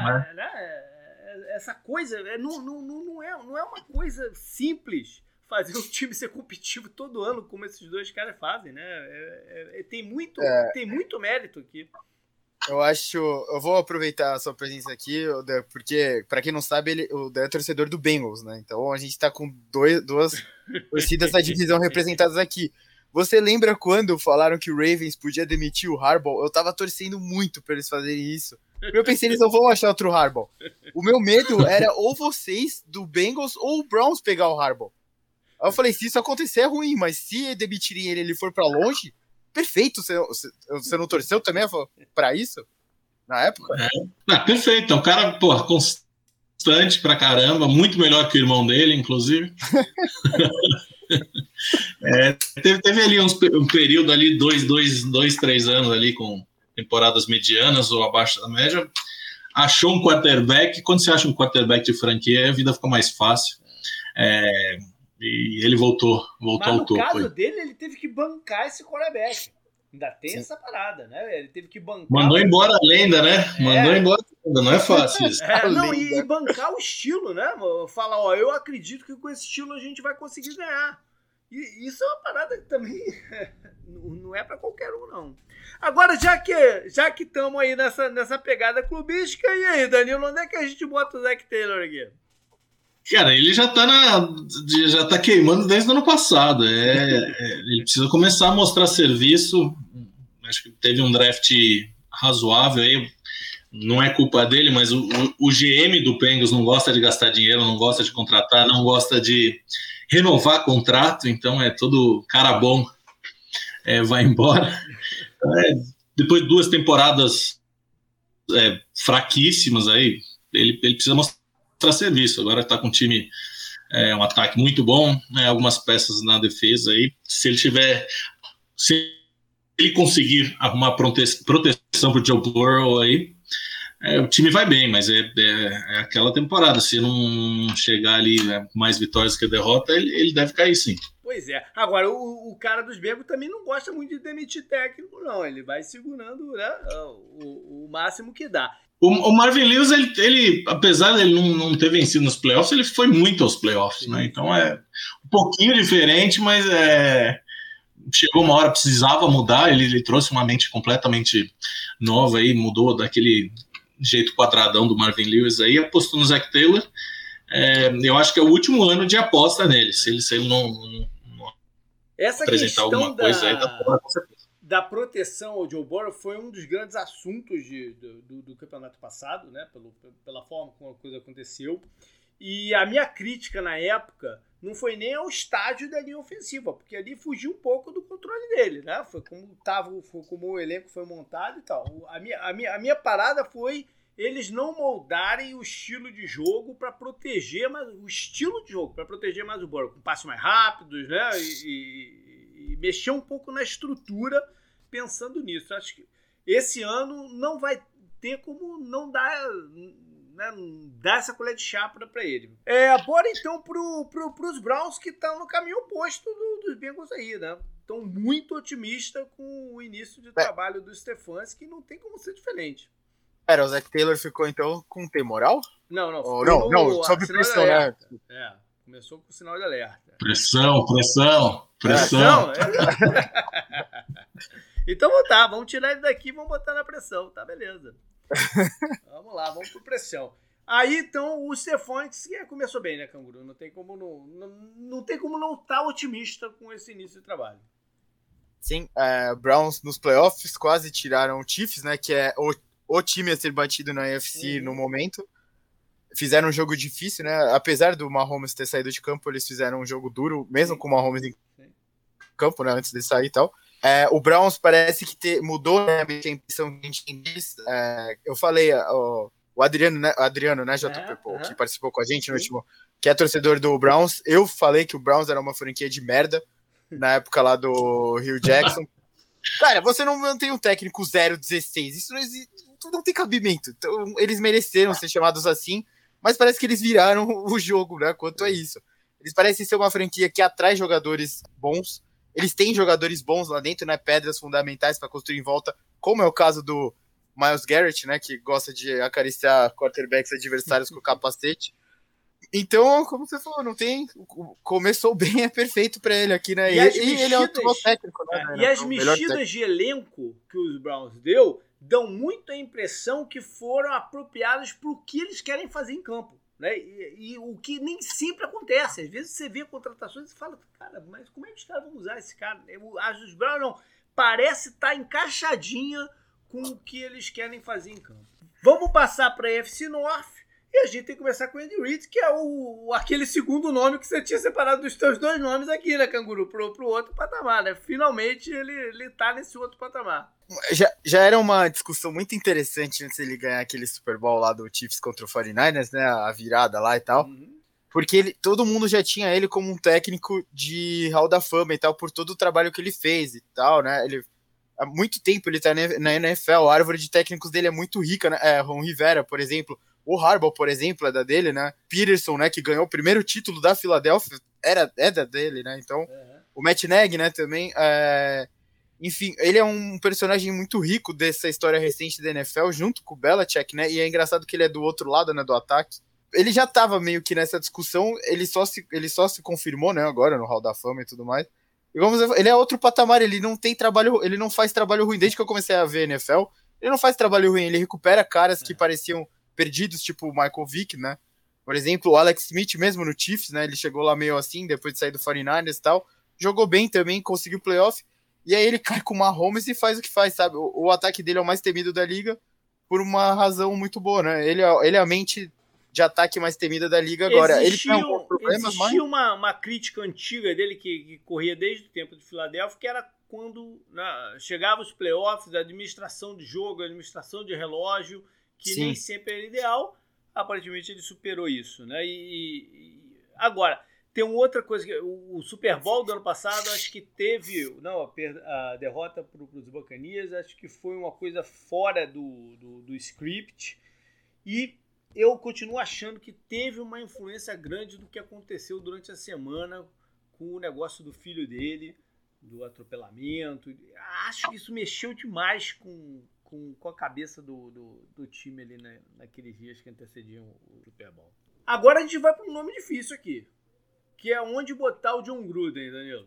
essa coisa, não é uma coisa simples fazer o time ser competitivo todo ano, como esses dois caras fazem, né? Tem muito mérito aqui. Eu vou aproveitar a sua presença aqui, porque, pra quem não sabe, o Dan é torcedor do Bengals, né? Então a gente tá com duas torcidas da divisão representadas aqui. Você lembra quando falaram que o Ravens podia demitir o Harbaugh? Eu tava torcendo muito pra eles fazerem isso. Eu pensei, eles não vão achar outro Harbaugh. O meu medo era ou vocês do Bengals ou o Browns pegar o Harbaugh. Aí eu falei, se isso acontecer é ruim, mas se demitirem ele for pra longe, perfeito. Você não torceu também pra isso? Na época? Perfeito. É um cara, porra, constante pra caramba, muito melhor que o irmão dele, inclusive. Teve ali um período ali, 3 anos ali com temporadas medianas ou abaixo da média, achou um quarterback. Quando você acha um quarterback de franquia, a vida fica mais fácil. E ele voltou ao topo. No caso dele, ele teve que bancar esse quarterback. Ainda tem essa parada, né? Ele teve que bancar. Mandou embora a lenda, né? Mandou embora a lenda, não é fácil isso. E bancar o estilo, né? Falar, eu acredito que com esse estilo a gente vai conseguir ganhar. E isso é uma parada que também não é pra qualquer um, não. Agora, já que estamos aí nessa pegada clubística, e aí, Danilo, onde é que a gente bota o Zac Taylor aqui? Cara, ele já tá queimando desde o ano passado. Ele precisa começar a mostrar serviço. Acho que teve um draft razoável aí. Não é culpa dele, mas o GM do Bengals não gosta de gastar dinheiro, não gosta de contratar, não gosta de renovar contrato, então todo cara bom vai embora. Depois de 2 temporadas fraquíssimas aí, ele precisa mostrar serviço. Agora está com um time, um ataque muito bom, algumas peças na defesa aí. Se ele conseguir arrumar proteção para o Joe Burrow aí, o time vai bem, mas é aquela temporada. Se não chegar ali mais vitórias que derrota, ele deve cair sim. Pois é. Agora, o cara dos Bengals também não gosta muito de demitir técnico, não. Ele vai segurando, né, o máximo que dá. O Marvin Lewis, ele apesar de ele não ter vencido nos playoffs, ele foi muito aos playoffs, sim, né? Então é um pouquinho diferente, mas chegou uma hora, precisava mudar. Ele trouxe uma mente completamente nova aí, mudou daquele jeito quadradão do Marvin Lewis aí, apostou no Zac Taylor. Eu acho que é o último ano de aposta nele. Se ele não essa apresentar alguma coisa aí, tá fora, com certeza. Da proteção ao Joe Burrow foi um dos grandes assuntos do campeonato passado, né? Pela forma como a coisa aconteceu. E a minha crítica na época não foi nem ao estágio da linha ofensiva, porque ali fugiu um pouco do controle dele, né? Foi como o elenco foi montado e tal. A minha parada foi eles não moldarem o estilo de jogo para proteger mais o Burrow, com passos mais rápidos, né? E mexer um pouco na estrutura pensando nisso. Acho que esse ano não vai ter como não dar, né, dar essa colher de chá para ele. Bora então pros Browns, que estão no caminho oposto dos Bengals aí, né? Estão muito otimistas com o início de trabalho do Stefanski, que não tem como ser diferente. O Zach Taylor ficou então com temoral? Não, não, sob pressão, né? Começou com o sinal de alerta. Pressão. Então vamos tirar ele daqui e vamos botar na pressão, tá, beleza. Vamos lá, vamos por pressão. Aí, então, o Stefanski começou bem, né, Canguru? Não tem como não estar otimista com esse início de trabalho. Sim, Browns nos playoffs quase tiraram o Chiefs, né, que é o time a ser batido na AFC no momento. Fizeram um jogo difícil, né? Apesar do Mahomes ter saído de campo, eles fizeram um jogo duro, mesmo com o Mahomes em campo, né, antes de sair e tal. O Browns parece que mudou, né, a impressão que a gente tem deles. Eu falei, o Adriano, né, JP, que participou com a gente no último, que é torcedor do Browns. Eu falei que o Browns era uma franquia de merda na época lá do Hugh Jackson. Cara, você não tem um técnico 0-16, isso não tem cabimento. Então, eles mereceram ser chamados assim, mas parece que eles viraram o jogo, né, quanto a isso. Eles parecem ser uma franquia que atrai jogadores bons. Eles têm jogadores bons lá dentro, né, pedras fundamentais para construir em volta, como é o caso do Myles Garrett, né, que gosta de acariciar quarterbacks adversários com o capacete. Então, como você falou, não tem... Começou bem, é perfeito para ele aqui, né? E ele é outro técnico, né? E as mexidas de elenco que os Browns dão muito a impressão que foram apropriadas para o que eles querem fazer em campo, né? E o que nem sempre acontece. Às vezes você vê contratações e fala, cara, mas como é que os caras vão usar esse cara? As dos Browns não. Parece estar encaixadinha com o que eles querem fazer em campo. Vamos passar para a AFC North. E a gente tem que começar com o Andy Reid, que é aquele segundo nome que você tinha separado dos teus dois nomes aqui, né, Canguru? Pro outro patamar, né? Finalmente ele tá nesse outro patamar. Já era uma discussão muito interessante antes dele ganhar aquele Super Bowl lá do Chiefs contra o 49ers, né? A virada lá e tal. Porque todo mundo já tinha ele como um técnico de Hall da Fama e tal, por todo o trabalho que ele fez e tal, né? Há muito tempo ele tá na NFL, a árvore de técnicos dele é muito rica, né? Ron Rivera, por exemplo. O Harbaugh, por exemplo, é da dele, né? Peterson, né, que ganhou o primeiro título da Filadélfia, é da dele, né? Então, o Matt Nagy, né, também. Enfim, ele é um personagem muito rico dessa história recente da NFL, junto com o Belichick, né? E é engraçado que ele é do outro lado, né, do ataque. Ele já estava meio que nessa discussão, ele só se confirmou, né, agora no Hall da Fama e tudo mais. E vamos dizer, ele é outro patamar, ele não faz trabalho ruim. Desde que eu comecei a ver NFL, ele não faz trabalho ruim, ele recupera caras que pareciam perdidos, tipo o Michael Vick, né? Por exemplo, o Alex Smith mesmo no Chiefs, né? Ele chegou lá meio assim, depois de sair do 49ers e tal. Jogou bem também, conseguiu playoff. E aí ele cai com o Mahomes e faz o que faz, sabe? O ataque dele é o mais temido da liga por uma razão muito boa, né? Ele é a mente de ataque mais temida da liga agora. Existia uma crítica antiga dele que corria desde o tempo de Filadélfia, que era quando chegava os playoffs, a administração de jogo, a administração de relógio, que nem sempre era ideal. Aparentemente ele superou isso, né? E agora, tem uma outra coisa, que o Super Bowl do ano passado, acho que teve a derrota para os Buccaneers, acho que foi uma coisa fora do script, e eu continuo achando que teve uma influência grande do que aconteceu durante a semana com o negócio do filho dele, do atropelamento. Acho que isso mexeu demais com a cabeça do time ali naqueles dias que antecediam o Super Bowl. Agora a gente vai para um nome difícil aqui, que é onde botar o John Gruden, Danilo.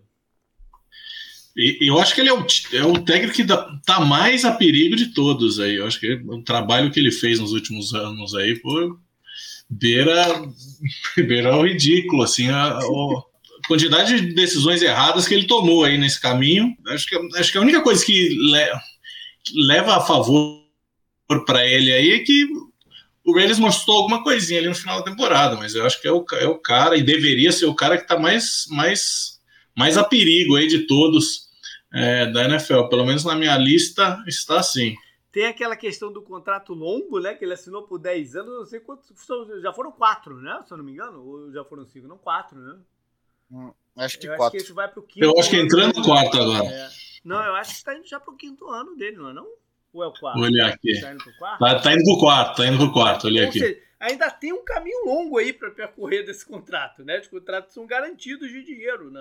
E eu acho que ele é o técnico que tá mais a perigo de todos aí. Eu acho que o trabalho que ele fez nos últimos anos aí foi beira o ridículo, assim, a quantidade de decisões erradas que ele tomou aí nesse caminho. Acho que a única coisa que leva a favor para ele aí é que o Raiders mostrou alguma coisinha ali no final da temporada, mas eu acho que é o cara, e deveria ser o cara que está mais a perigo aí de todos da NFL. Pelo menos na minha lista está assim. Tem aquela questão do contrato longo, né? Que ele assinou por 10 anos, não sei quantos. Já foram 4, né? Se eu não me engano. Ou já foram 5? Não, 4, né? Acho que 4. Acho que isso vai pro 5º. Eu acho que entrando no 4 agora. Não, eu acho que está indo já pro 5º ano dele, não é não? Ou é o 4? Vou olhar aqui. Está indo pro 4? Tá indo pro 4, olhei aqui. Seja, ainda tem um caminho longo aí para percorrer desse contrato, né? Os contratos são garantidos de dinheiro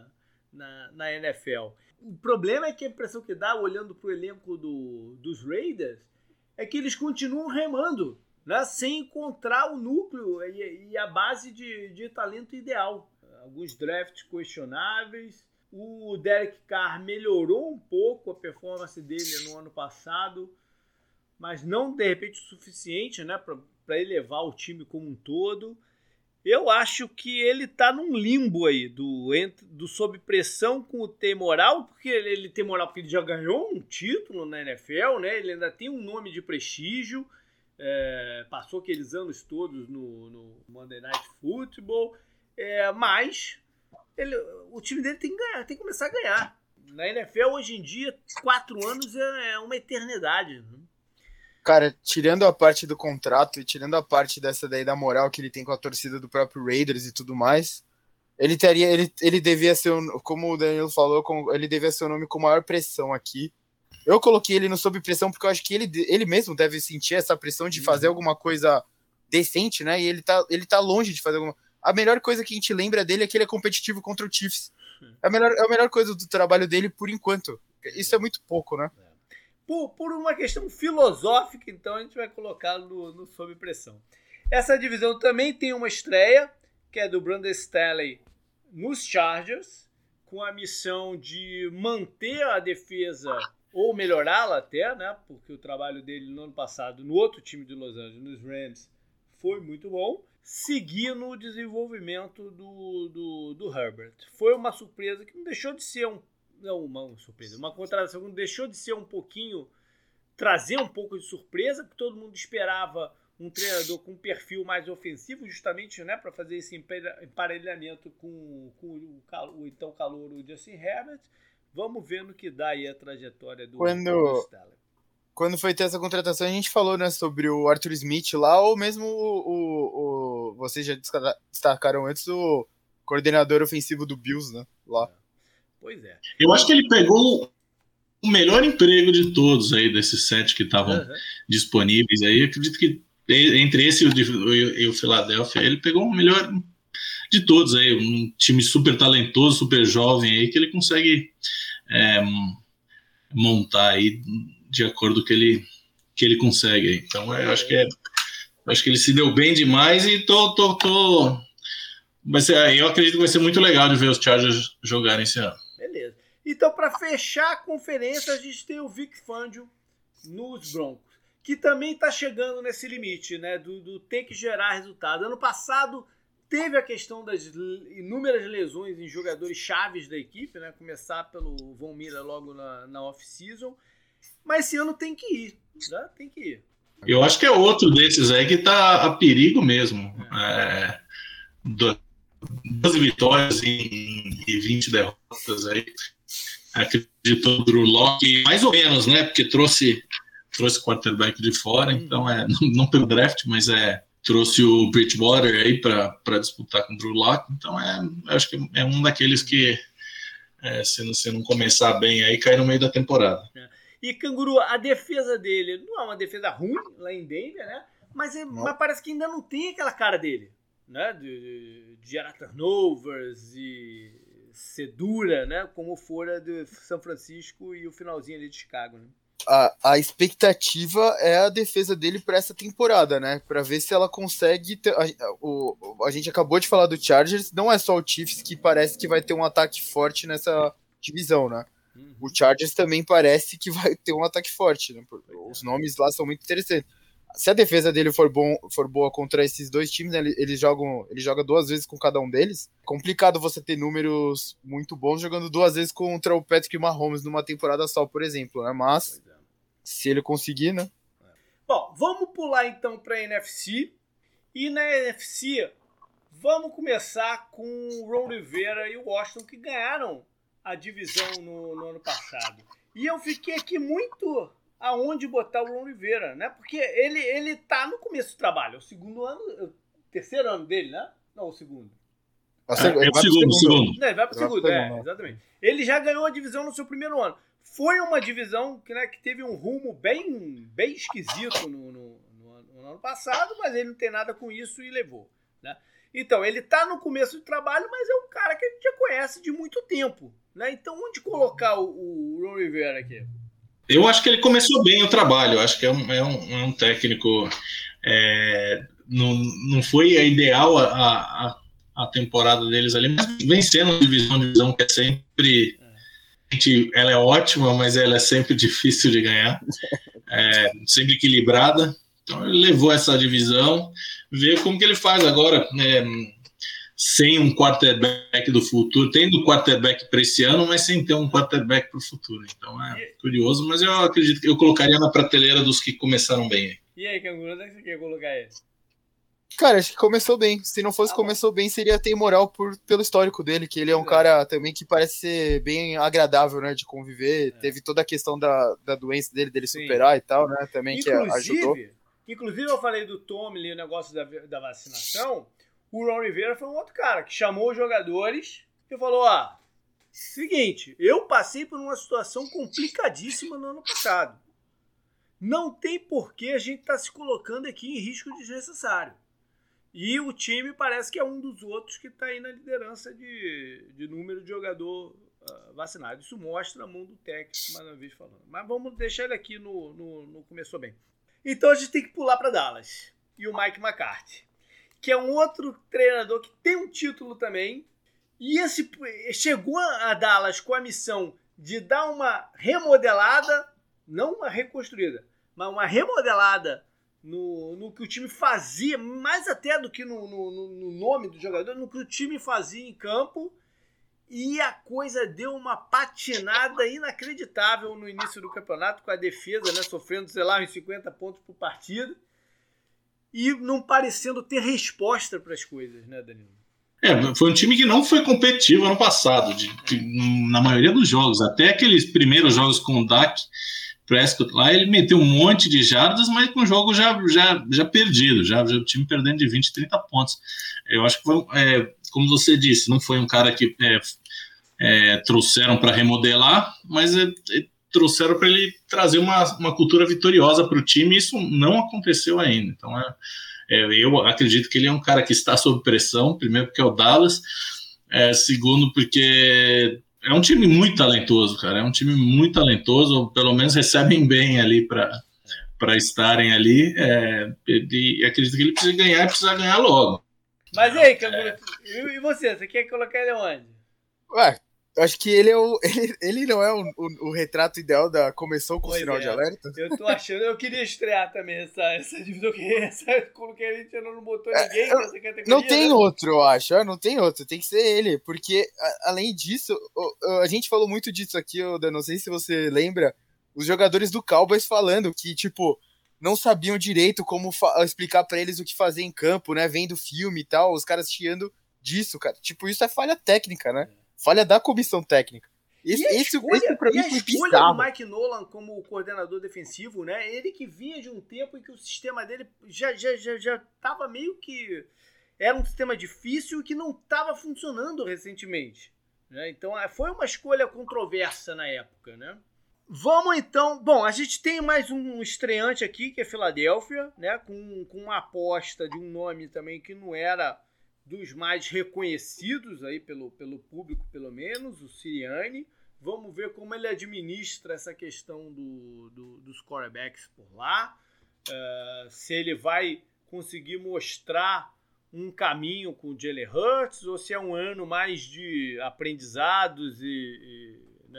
na NFL. O problema é que a impressão que dá, olhando para o elenco dos Raiders, é que eles continuam remando, né? Sem encontrar o núcleo e a base de talento ideal. Alguns drafts questionáveis. O Derek Carr melhorou um pouco a performance dele no ano passado, mas não, de repente, o suficiente, né, para elevar o time como um todo. Eu acho que ele tá num limbo aí, do sob pressão com o ter moral, porque ele tem moral porque ele já ganhou um título na NFL, né? Ele ainda tem um nome de prestígio, passou aqueles anos todos no Monday Night Football, mas o time dele tem que ganhar, tem que começar a ganhar. Na NFL, hoje em dia, 4 anos é uma eternidade, né? Cara, tirando a parte do contrato e tirando a parte dessa daí da moral que ele tem com a torcida do próprio Raiders e tudo mais, ele devia ser, como o Danilo falou, ele devia ser o nome com maior pressão aqui. Eu coloquei ele no sob pressão porque eu acho que ele mesmo deve sentir essa pressão de fazer alguma coisa decente, né? E ele tá longe de fazer alguma... A melhor coisa que a gente lembra dele é que ele é competitivo contra o Chiefs. É a melhor coisa do trabalho dele por enquanto. Isso é muito pouco, né? Por uma questão filosófica, então, a gente vai colocá-lo no sob pressão. Essa divisão também tem uma estreia, que é do Brandon Staley nos Chargers, com a missão de manter a defesa, ou melhorá-la até, né? Porque o trabalho dele no ano passado, no outro time de Los Angeles, nos Rams, foi muito bom. Seguir no desenvolvimento do Herbert. Foi uma surpresa que não deixou de ser uma surpresa, uma contratação que não deixou de ser um pouquinho, trazer um pouco de surpresa, porque todo mundo esperava um treinador com um perfil mais ofensivo, justamente, né, para fazer esse emparelhamento com o então calouro Justin Herbert. Vamos ver no que dá aí a trajetória do Staley. Quando foi ter essa contratação, a gente falou, né, sobre o Arthur Smith lá, ou mesmo vocês já destacaram antes, o coordenador ofensivo do Bills, né, lá. Pois é. Eu acho que ele pegou o melhor emprego de todos aí, desses 7 que estavam disponíveis aí. Eu acredito que entre esse e o Philadelphia, ele pegou o melhor de todos aí. Um time super talentoso, super jovem aí, que ele consegue montar aí de acordo com que ele consegue aí. Então, eu acho que ele se deu bem demais e eu acredito que vai ser muito legal de ver os Chargers jogarem esse ano. Beleza. Então, para fechar a conferência, a gente tem o Vic Fangio nos Broncos, que também está chegando nesse limite, né, do ter que gerar resultado. Ano passado teve a questão das inúmeras lesões em jogadores chaves da equipe, né, começar pelo Von Miller logo na off-season, mas esse ano tem que ir, né? Tem que ir. Eu acho que é outro desses aí que está a perigo mesmo. 12 vitórias e 20 derrotas aí. Acreditou no Drew Lock, mais ou menos, né? Porque trouxe quarterback de fora, então não pelo draft, mas trouxe o Bridgewater aí para disputar com o Drew Lock. Então acho que é um daqueles que se não começar bem aí, cai no meio da temporada. E Canguru, a defesa dele não é uma defesa ruim lá em Denver, né? Mas parece que ainda não tem aquela cara dele, né? De gerar turnovers e ser dura, né? Como fora de São Francisco e o finalzinho ali de Chicago, né? A expectativa é a defesa dele para essa temporada, né? Para ver se ela consegue a gente acabou de falar do Chargers, não é só o Chiefs que parece que vai ter um ataque forte nessa divisão, né? O Chargers também parece que vai ter um ataque forte, né? Os nomes lá são muito interessantes. Se a defesa dele for boa contra esses dois times, né, ele joga 2 vezes com cada um deles. Complicado você ter números muito bons jogando 2 vezes contra o Patrick Mahomes numa temporada só, por exemplo, né? Mas se ele conseguir, né? Bom, vamos pular então para a NFC. E na NFC, vamos começar com o Ron Rivera e o Washington, que ganharam a divisão no ano passado. E eu fiquei aqui muito aonde botar o Ron Rivera, né? Porque ele tá no começo do trabalho. É o segundo ano, o terceiro ano dele, né? Não, o segundo. É o segundo. Não, ele vai pro segundo, exatamente. Ele já ganhou a divisão no seu primeiro ano. Foi uma divisão que teve um rumo bem esquisito no ano passado, mas ele não tem nada com isso e levou, né? Então, ele tá no começo do trabalho, mas é um cara que a gente já conhece de muito tempo, né? Então, onde colocar o Ron Rivera aqui? Eu acho que ele começou bem o trabalho. Eu acho que é um técnico... não foi a ideal a temporada deles ali, mas vencendo a divisão que é sempre... Ela é ótima, mas ela é sempre difícil de ganhar. Sempre equilibrada. Então ele levou essa divisão, ver como que ele faz agora, sem um quarterback do futuro, tendo um quarterback para esse ano, mas sem ter um quarterback para o futuro. Então curioso, mas eu acredito que eu colocaria na prateleira dos que começaram bem. E aí, Canguru, onde é que você quer colocar ele? Cara, acho que começou bem. Se não fosse começou bem, seria ter moral pelo histórico dele, que ele é um cara também que parece ser bem agradável, né, de conviver. Teve toda a questão da doença dele superar e tal, né, também que ajudou. Inclusive, eu falei do Tomlin, o negócio da vacinação. O Ron Rivera foi um outro cara que chamou os jogadores e falou, seguinte, eu passei por uma situação complicadíssima no ano passado. Não tem por que a gente estar se colocando aqui em risco desnecessário. E o time parece que é um dos outros que está aí na liderança de número de jogador vacinado. Isso mostra a mão do técnico, mais uma vez falando. Mas vamos deixar ele aqui no começou bem. Então a gente tem que pular para Dallas. E o Mike McCarthy, que é um outro treinador que tem um título também. E chegou a Dallas com a missão de dar uma remodelada, não uma reconstruída, mas uma remodelada no que o time fazia, mais até do que no nome do jogador, no que o time fazia em campo. E a coisa deu uma patinada inacreditável no início do campeonato, com a defesa, né, sofrendo, uns 50 pontos por partida. E não parecendo ter resposta para as coisas, né, Danilo? Foi um time que não foi competitivo ano passado, na maioria dos jogos. Até aqueles primeiros jogos com o Dak Prescott lá, ele meteu um monte de jardas, mas com o jogo já perdido, já o time perdendo de 20, 30 pontos. Eu acho que foi, como você disse, não foi um cara que trouxeram para remodelar, mas trouxeram para ele trazer uma cultura vitoriosa para o time, e isso não aconteceu ainda. Então, eu acredito que ele é um cara que está sob pressão, primeiro porque é o Dallas, segundo porque é um time muito talentoso, cara, é um time muito talentoso, ou pelo menos recebem bem ali para estarem ali, e acredito que ele precisa ganhar e precisa ganhar logo. Mas e aí, Canguru, e você quer colocar ele onde? Eu acho que ele não é o retrato ideal da começou com o sinal de alerta. Eu tô achando, eu queria estrear também essa divisão que coloquei ele, a gente não botou ninguém nessa categoria. Não tem outro, eu acho. Não tem outro, tem que ser ele. Porque, além disso, a gente falou muito disso aqui, Dan, não sei se você lembra, os jogadores do Cowboys falando que, tipo, não sabiam direito como explicar pra eles o que fazer em campo, né? Vendo filme e tal, os caras chiando disso, cara. Tipo, isso é falha técnica, né? Falha da comissão técnica. Esse pra mim foi bizarro. Do Mike Nolan como coordenador defensivo, né? Ele que vinha de um tempo em que o sistema dele já tava meio que... Era um sistema difícil e que não estava funcionando recentemente, né? Então foi uma escolha controversa na época, né? Vamos então... Bom, a gente tem mais um estreante aqui, que é Filadélfia, né? Com uma aposta de um nome também que não era dos mais reconhecidos aí pelo público, pelo menos, o Sirianni. Vamos ver como ele administra essa questão dos quarterbacks por lá. Se ele vai conseguir mostrar um caminho com o Jalen Hurts, ou se é um ano mais de aprendizados e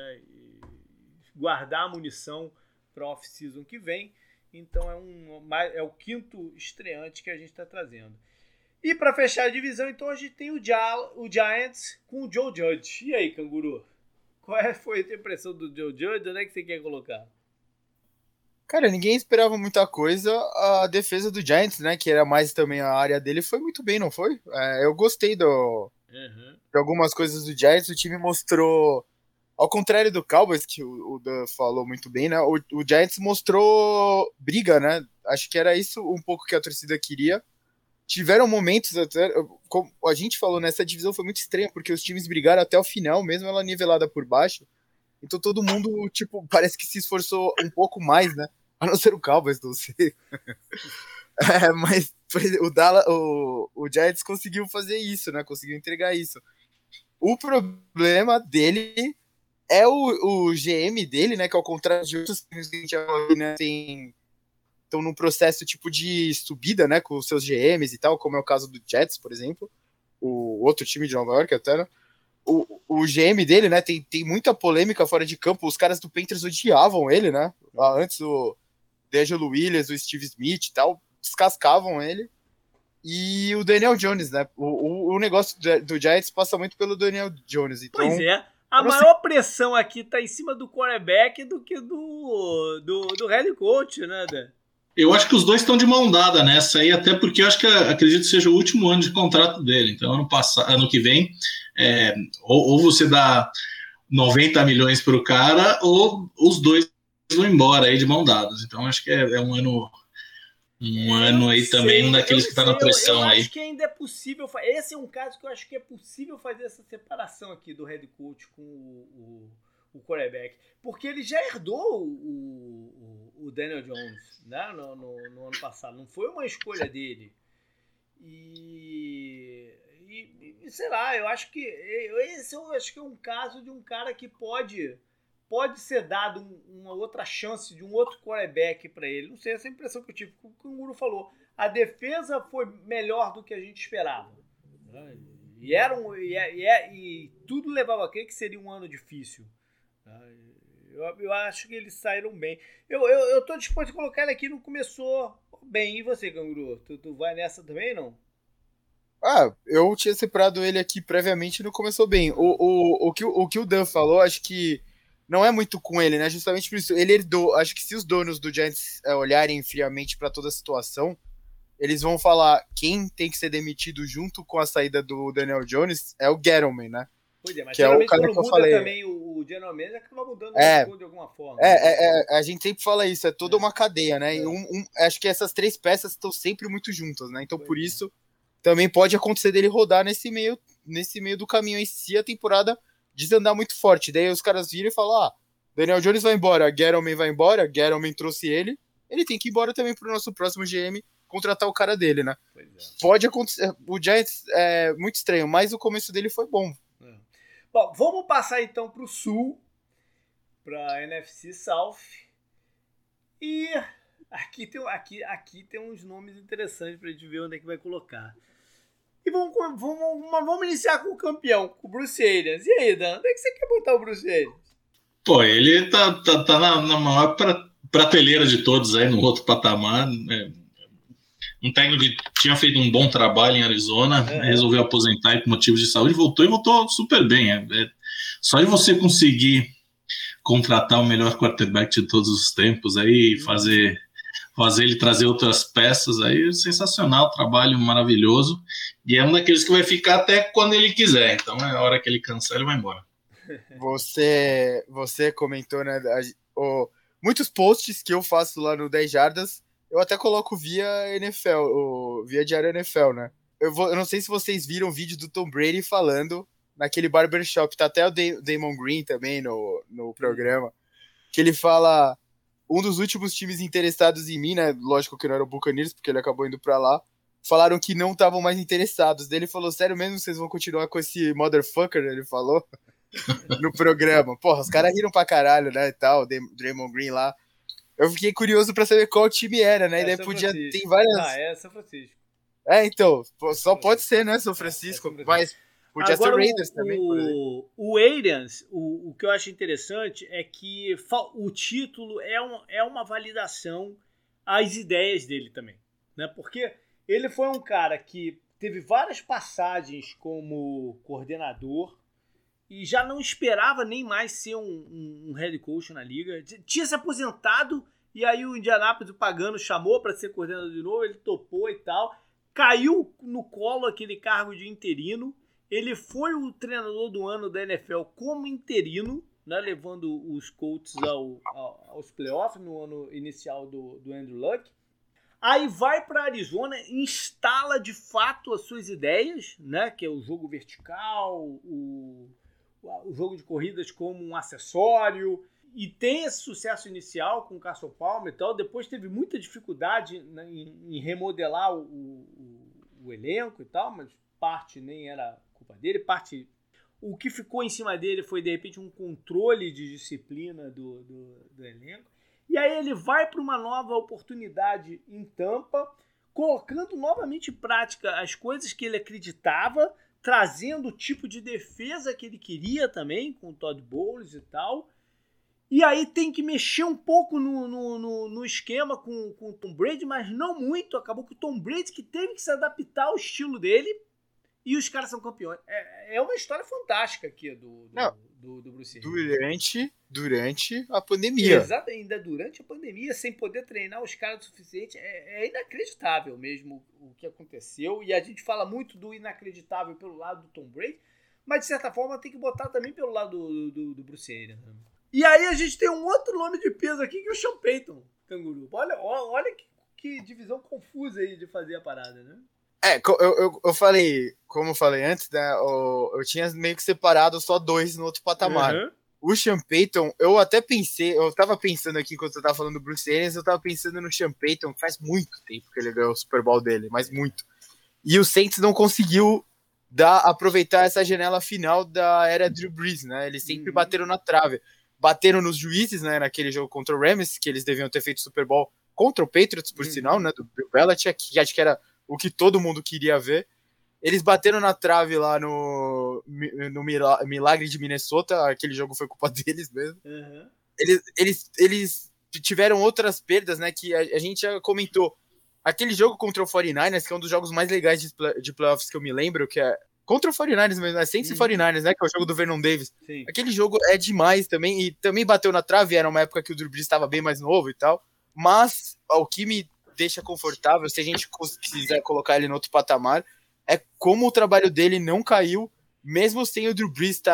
guardar a munição para a off-season que vem. Então é o quinto estreante que a gente está trazendo. E para fechar a divisão, então, a gente tem o Giants com o Joe Judge. E aí, Canguru? Qual foi a tua impressão do Joe Judge? Onde é que você quer colocar? Cara, ninguém esperava muita coisa. A defesa do Giants, né, que era mais também a área dele, foi muito bem, não foi? Eu gostei de algumas coisas do Giants. O time mostrou, ao contrário do Cowboys, que o Dan falou muito bem, né, o Giants mostrou briga, né? Acho que era isso um pouco que a torcida queria. Tiveram momentos, até, como a gente falou, né, essa divisão foi muito estranha, porque os times brigaram até o final, mesmo ela nivelada por baixo. Então todo mundo, tipo, parece que se esforçou um pouco mais, né? A não ser o Cowboys, não sei. Mas o Giants conseguiu fazer isso, né? Conseguiu entregar isso. O problema dele é o GM dele, né? Que ao contrário de outros times que a gente já viu, né, estão num processo tipo de subida, né? Com os seus GMs e tal, como é o caso do Jets, por exemplo. O outro time de Nova York até, né? O GM dele, né, tem muita polêmica fora de campo. Os caras do Panthers odiavam ele, né? Antes o D'Angelo Williams, o Steve Smith e tal, descascavam ele. E o Daniel Jones, né? O negócio do Giants passa muito pelo Daniel Jones. Então, pois é. A maior pressão aqui tá em cima do quarterback do que do head coach, né, Dan? Eu acho que os dois estão de mão dada nessa aí, até porque eu acho que acredito que seja o último ano de contrato dele. Então, ano que vem, ou você dá 90 milhões para o cara, ou os dois vão embora aí de mão dadas. Então, acho que é um ano aí também, um daqueles que está na pressão aí. Eu acho que ainda é possível. Esse é um caso que eu acho que é possível fazer essa separação aqui do head coach com o quarterback. Porque ele já herdou o Daniel Jones, né, no ano passado. Não foi uma escolha dele. E sei lá, eu acho que esse é um caso de um cara que pode ser dado uma outra chance de um outro quarterback para ele. Não sei, essa é a impressão que eu tive. O que o Guru falou. A defesa foi melhor do que a gente esperava. E tudo levava a crer que seria um ano difícil. Eu acho que eles saíram bem. Eu tô disposto a colocar ele aqui, não começou bem. E você, Canguru? Tu vai nessa também, não? Eu tinha separado ele aqui previamente e não começou bem. O que o Dan falou, acho que não é muito com ele, né? Justamente por isso. Ele herdou. Acho que se os donos do Giants olharem friamente para toda a situação, eles vão falar quem tem que ser demitido junto com a saída do Daniel Jones é o Gettleman, né? Pois é, mas que é o cara que eu falei. Também o General Manager acaba mudando de alguma forma. A gente sempre fala isso, é toda uma cadeia, né? E acho que essas três peças estão sempre muito juntas, né? Então, por isso, também pode acontecer dele rodar nesse meio do caminho aí, se a temporada desandar muito forte. Daí os caras viram e falam, Daniel Jones vai embora, Gettleman vai embora, Gettleman trouxe ele tem que ir embora também pro nosso próximo GM contratar o cara dele, né? Pode acontecer, o Giants é muito estranho, mas o começo dele foi bom. Bom, vamos passar então para o Sul, para a NFC South. E aqui tem uns nomes interessantes para a gente ver onde é que vai colocar. E vamos iniciar com o campeão, com o Bruce Arians. E aí, Dan, onde é que você quer botar o Bruce Arians? Pô, ele tá na maior prateleira de todos aí, no outro patamar. Um técnico que tinha feito um bom trabalho em Arizona, resolveu aposentar por motivos de saúde, voltou super bem. Só de você conseguir contratar o melhor quarterback de todos os tempos, aí fazer ele trazer outras peças, aí sensacional, trabalho maravilhoso, e é um daqueles que vai ficar até quando ele quiser, então é a hora que ele cansar, ele vai embora. Você comentou, né, muitos posts que eu faço lá no 10 Jardas, eu até coloco via NFL, via Diário NFL, né? Eu não sei se vocês viram o vídeo do Tom Brady falando naquele barbershop, tá até o Damon Green também no programa, que ele fala, um dos últimos times interessados em mim, né? Lógico que não era o Buccaneers, porque ele acabou indo pra lá, falaram que não estavam mais interessados. Daí ele falou, sério mesmo, vocês vão continuar com esse motherfucker? Ele falou no programa. Porra, os caras riram pra caralho, né, e tal, Draymond Green lá. Eu fiquei curioso pra saber qual time era, né? E daí podia ter várias. É São Francisco. Então, só pode ser, né, São Francisco, mas podia ser Raiders também. O Arians, o que eu acho interessante é que o título é uma validação às ideias dele também, né? Porque ele foi um cara que teve várias passagens como coordenador e já não esperava nem mais ser um head coach na liga. Tinha se aposentado E aí o Indianapolis, o Pagano, chamou para ser coordenador de novo, ele topou e tal. Caiu no colo aquele cargo de interino. Ele foi o treinador do ano da NFL como interino, né, levando os Colts aos playoffs no ano inicial do Andrew Luck. Aí vai para Arizona, instala de fato as suas ideias, né, que é o jogo vertical, o jogo de corridas como um acessório, e tem esse sucesso inicial com o Carson Palmer e tal. Depois teve muita dificuldade, né, em remodelar o elenco e tal, mas parte nem era culpa dele, parte... O que ficou em cima dele foi, de repente, um controle de disciplina do elenco. E aí ele vai para uma nova oportunidade em Tampa, colocando novamente em prática as coisas que ele acreditava, trazendo o tipo de defesa que ele queria também, com o Todd Bowles e tal. E aí tem que mexer um pouco no esquema com o Tom Brady, mas não muito. Acabou que o Tom Brady que teve que se adaptar ao estilo dele, e os caras são campeões. É uma história fantástica aqui do Bruce Arians. Durante a pandemia. Exato, ainda durante a pandemia, sem poder treinar os caras o suficiente. É inacreditável mesmo o que aconteceu. E a gente fala muito do inacreditável pelo lado do Tom Brady, mas de certa forma tem que botar também pelo lado do Bruce Arians. E aí a gente tem um outro nome de peso aqui, que é o Sean Payton, canguru. Olha que divisão confusa aí de fazer a parada, né? Eu falei, como eu falei antes, né, eu tinha meio que separado só dois no outro patamar. Uhum. O Sean Payton, eu tava pensando aqui, enquanto eu tava falando do Bruce Arians, eu tava pensando no Sean Payton, faz muito tempo que ele ganhou o Super Bowl dele, mas muito. E o Saints não conseguiu aproveitar essa janela final da era Drew Brees, né, eles sempre bateram na trave. Bateram nos juízes, né, naquele jogo contra o Rams, que eles deviam ter feito o Super Bowl contra o Patriots, por sinal, né, do Bill Belichick, que acho que era o que todo mundo queria ver. Eles bateram na trave lá no Milagre de Minnesota, aquele jogo foi culpa deles mesmo. Uhum. Eles tiveram outras perdas, né, que a gente já comentou. Aquele jogo contra o 49ers, que é um dos jogos mais legais de playoffs que eu me lembro, que é contra o 49ers mesmo, é Saints e 49ers, né, que é o jogo do Vernon Davis. Sim. Aquele jogo é demais também, e também bateu na trave, era uma época que o Drew Brees estava bem mais novo e tal, mas o que me deixa confortável, se a gente quiser colocar ele no outro patamar, é como o trabalho dele não caiu, mesmo sem o Drew Brees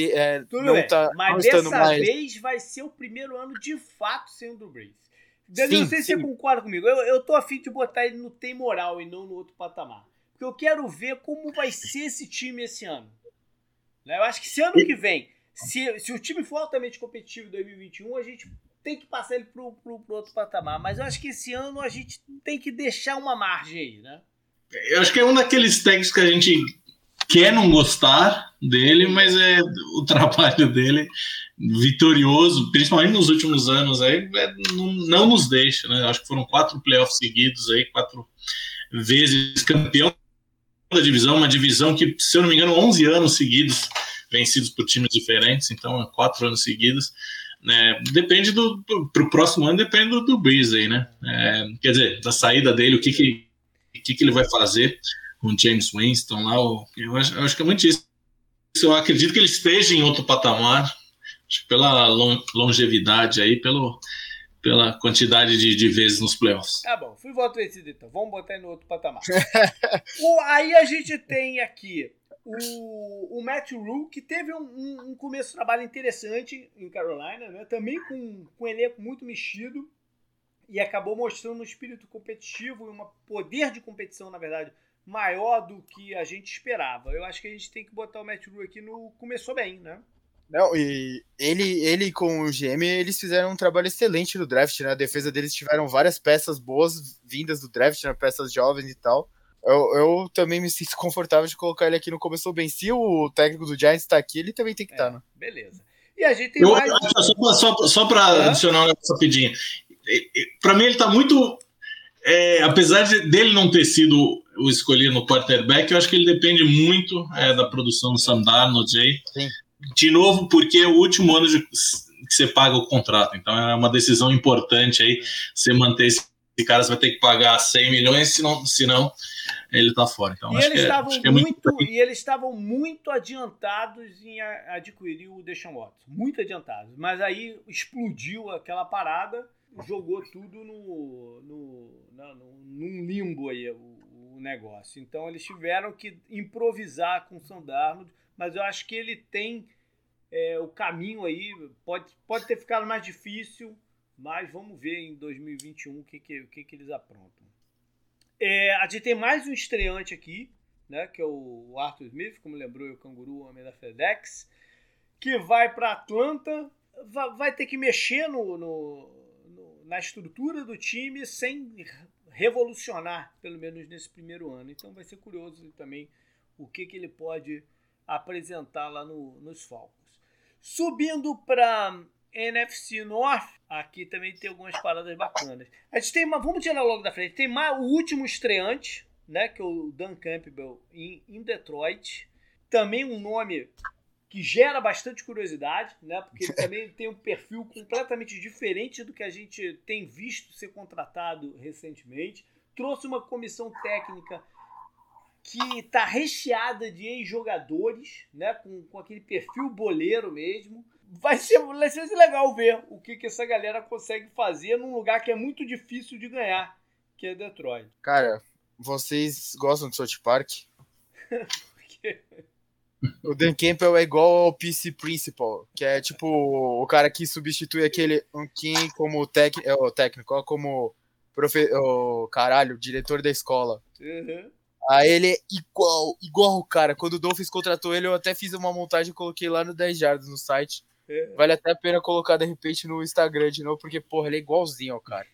mas dessa vez vai ser o primeiro ano de fato sem o Drew Brees. Danilo, não sei se você concorda comigo. Eu tô a fim de botar ele no tem moral e não no outro patamar. Porque eu quero ver como vai ser esse time esse ano. Eu acho que se ano que vem, se o time for altamente competitivo em 2021, a gente tem que passar ele pro outro patamar. Mas eu acho que esse ano a gente tem que deixar uma margem aí, né? Eu acho que é um daqueles técnicos que a gente quer não gostar dele, mas o trabalho dele vitorioso, principalmente nos últimos anos, aí, não nos deixa, né? Acho que foram 4 playoffs seguidos, aí, 4 vezes campeão da divisão, uma divisão que, se eu não me engano, 11 anos seguidos vencidos por times diferentes, então 4 anos seguidos. Né? Depende pro próximo ano, depende do Brees aí, né? Quer dizer, da saída dele, o que ele vai fazer com o James Winston lá. Eu acho que é muito isso. Eu acredito que ele esteja em outro patamar, acho que pela longevidade aí, pela quantidade de vezes nos playoffs. Tá bom, fui voto vencido então. Vamos botar ele no outro patamar. Aí a gente tem aqui o Matt Rhule, que teve um começo de trabalho interessante em Carolina, né? Também com um elenco muito mexido, e acabou mostrando um espírito competitivo e um poder de competição, na verdade, maior do que a gente esperava. Eu acho que a gente tem que botar o Matt Rhule aqui começou bem, né? Não, e ele com o GM, eles fizeram um trabalho excelente no draft, né? A defesa deles tiveram várias peças boas vindas do draft, né? Peças jovens e tal. Eu também me sinto confortável de colocar ele aqui no começou bem. Se o técnico do Giants tá aqui, ele também tem que estar, né? Beleza. E a gente tem mais... Só para adicionar um negócio rapidinho. Para mim, ele tá muito... apesar dele não ter sido o escolhido no quarterback, eu acho que ele depende muito da produção do Sam Darnold aí. Sim. De novo, porque é o último ano que você paga o contrato. Então é uma decisão importante aí. Você manter esse cara, você vai ter que pagar 100 milhões, senão ele tá fora. Então, e eles estavam muito adiantados em adquirir o Deshaun Watson. Muito adiantados. Mas aí explodiu aquela parada. jogou tudo num limbo aí o negócio. Então eles tiveram que improvisar com o Sam Darnold, mas eu acho que ele tem o caminho aí, pode ter ficado mais difícil, mas vamos ver em 2021 o que eles aprontam. A gente tem mais um estreante aqui, né, que é o Arthur Smith, como lembrou, o canguru, o homem da FedEx, que vai para Atlanta, vai ter que mexer na estrutura do time sem revolucionar, pelo menos nesse primeiro ano. Então vai ser curioso também o que ele pode apresentar lá nos Falcons. Subindo para NFC North, aqui também tem algumas paradas bacanas. A gente tem vamos tirar logo da frente, tem o último estreante, né, que é o Dan Campbell em Detroit. Também um nome que gera bastante curiosidade, né, porque ele também tem um perfil completamente diferente do que a gente tem visto ser contratado recentemente. Trouxe uma comissão técnica que está recheada de ex-jogadores, né, com aquele perfil boleiro mesmo. Vai ser legal ver o que essa galera consegue fazer num lugar que é muito difícil de ganhar, que é Detroit. Cara, vocês gostam de South Park? O Dan Campbell é igual ao PC Principal, que é tipo o cara que substitui aquele Ankin como técnico, como diretor da escola. Uhum. Aí ele é igual o cara. Quando o Dolphins contratou ele, eu até fiz uma montagem e coloquei lá no 10 Jardas no site. Vale até a pena colocar de repente no Instagram de novo, porque, porra, ele é igualzinho ao cara.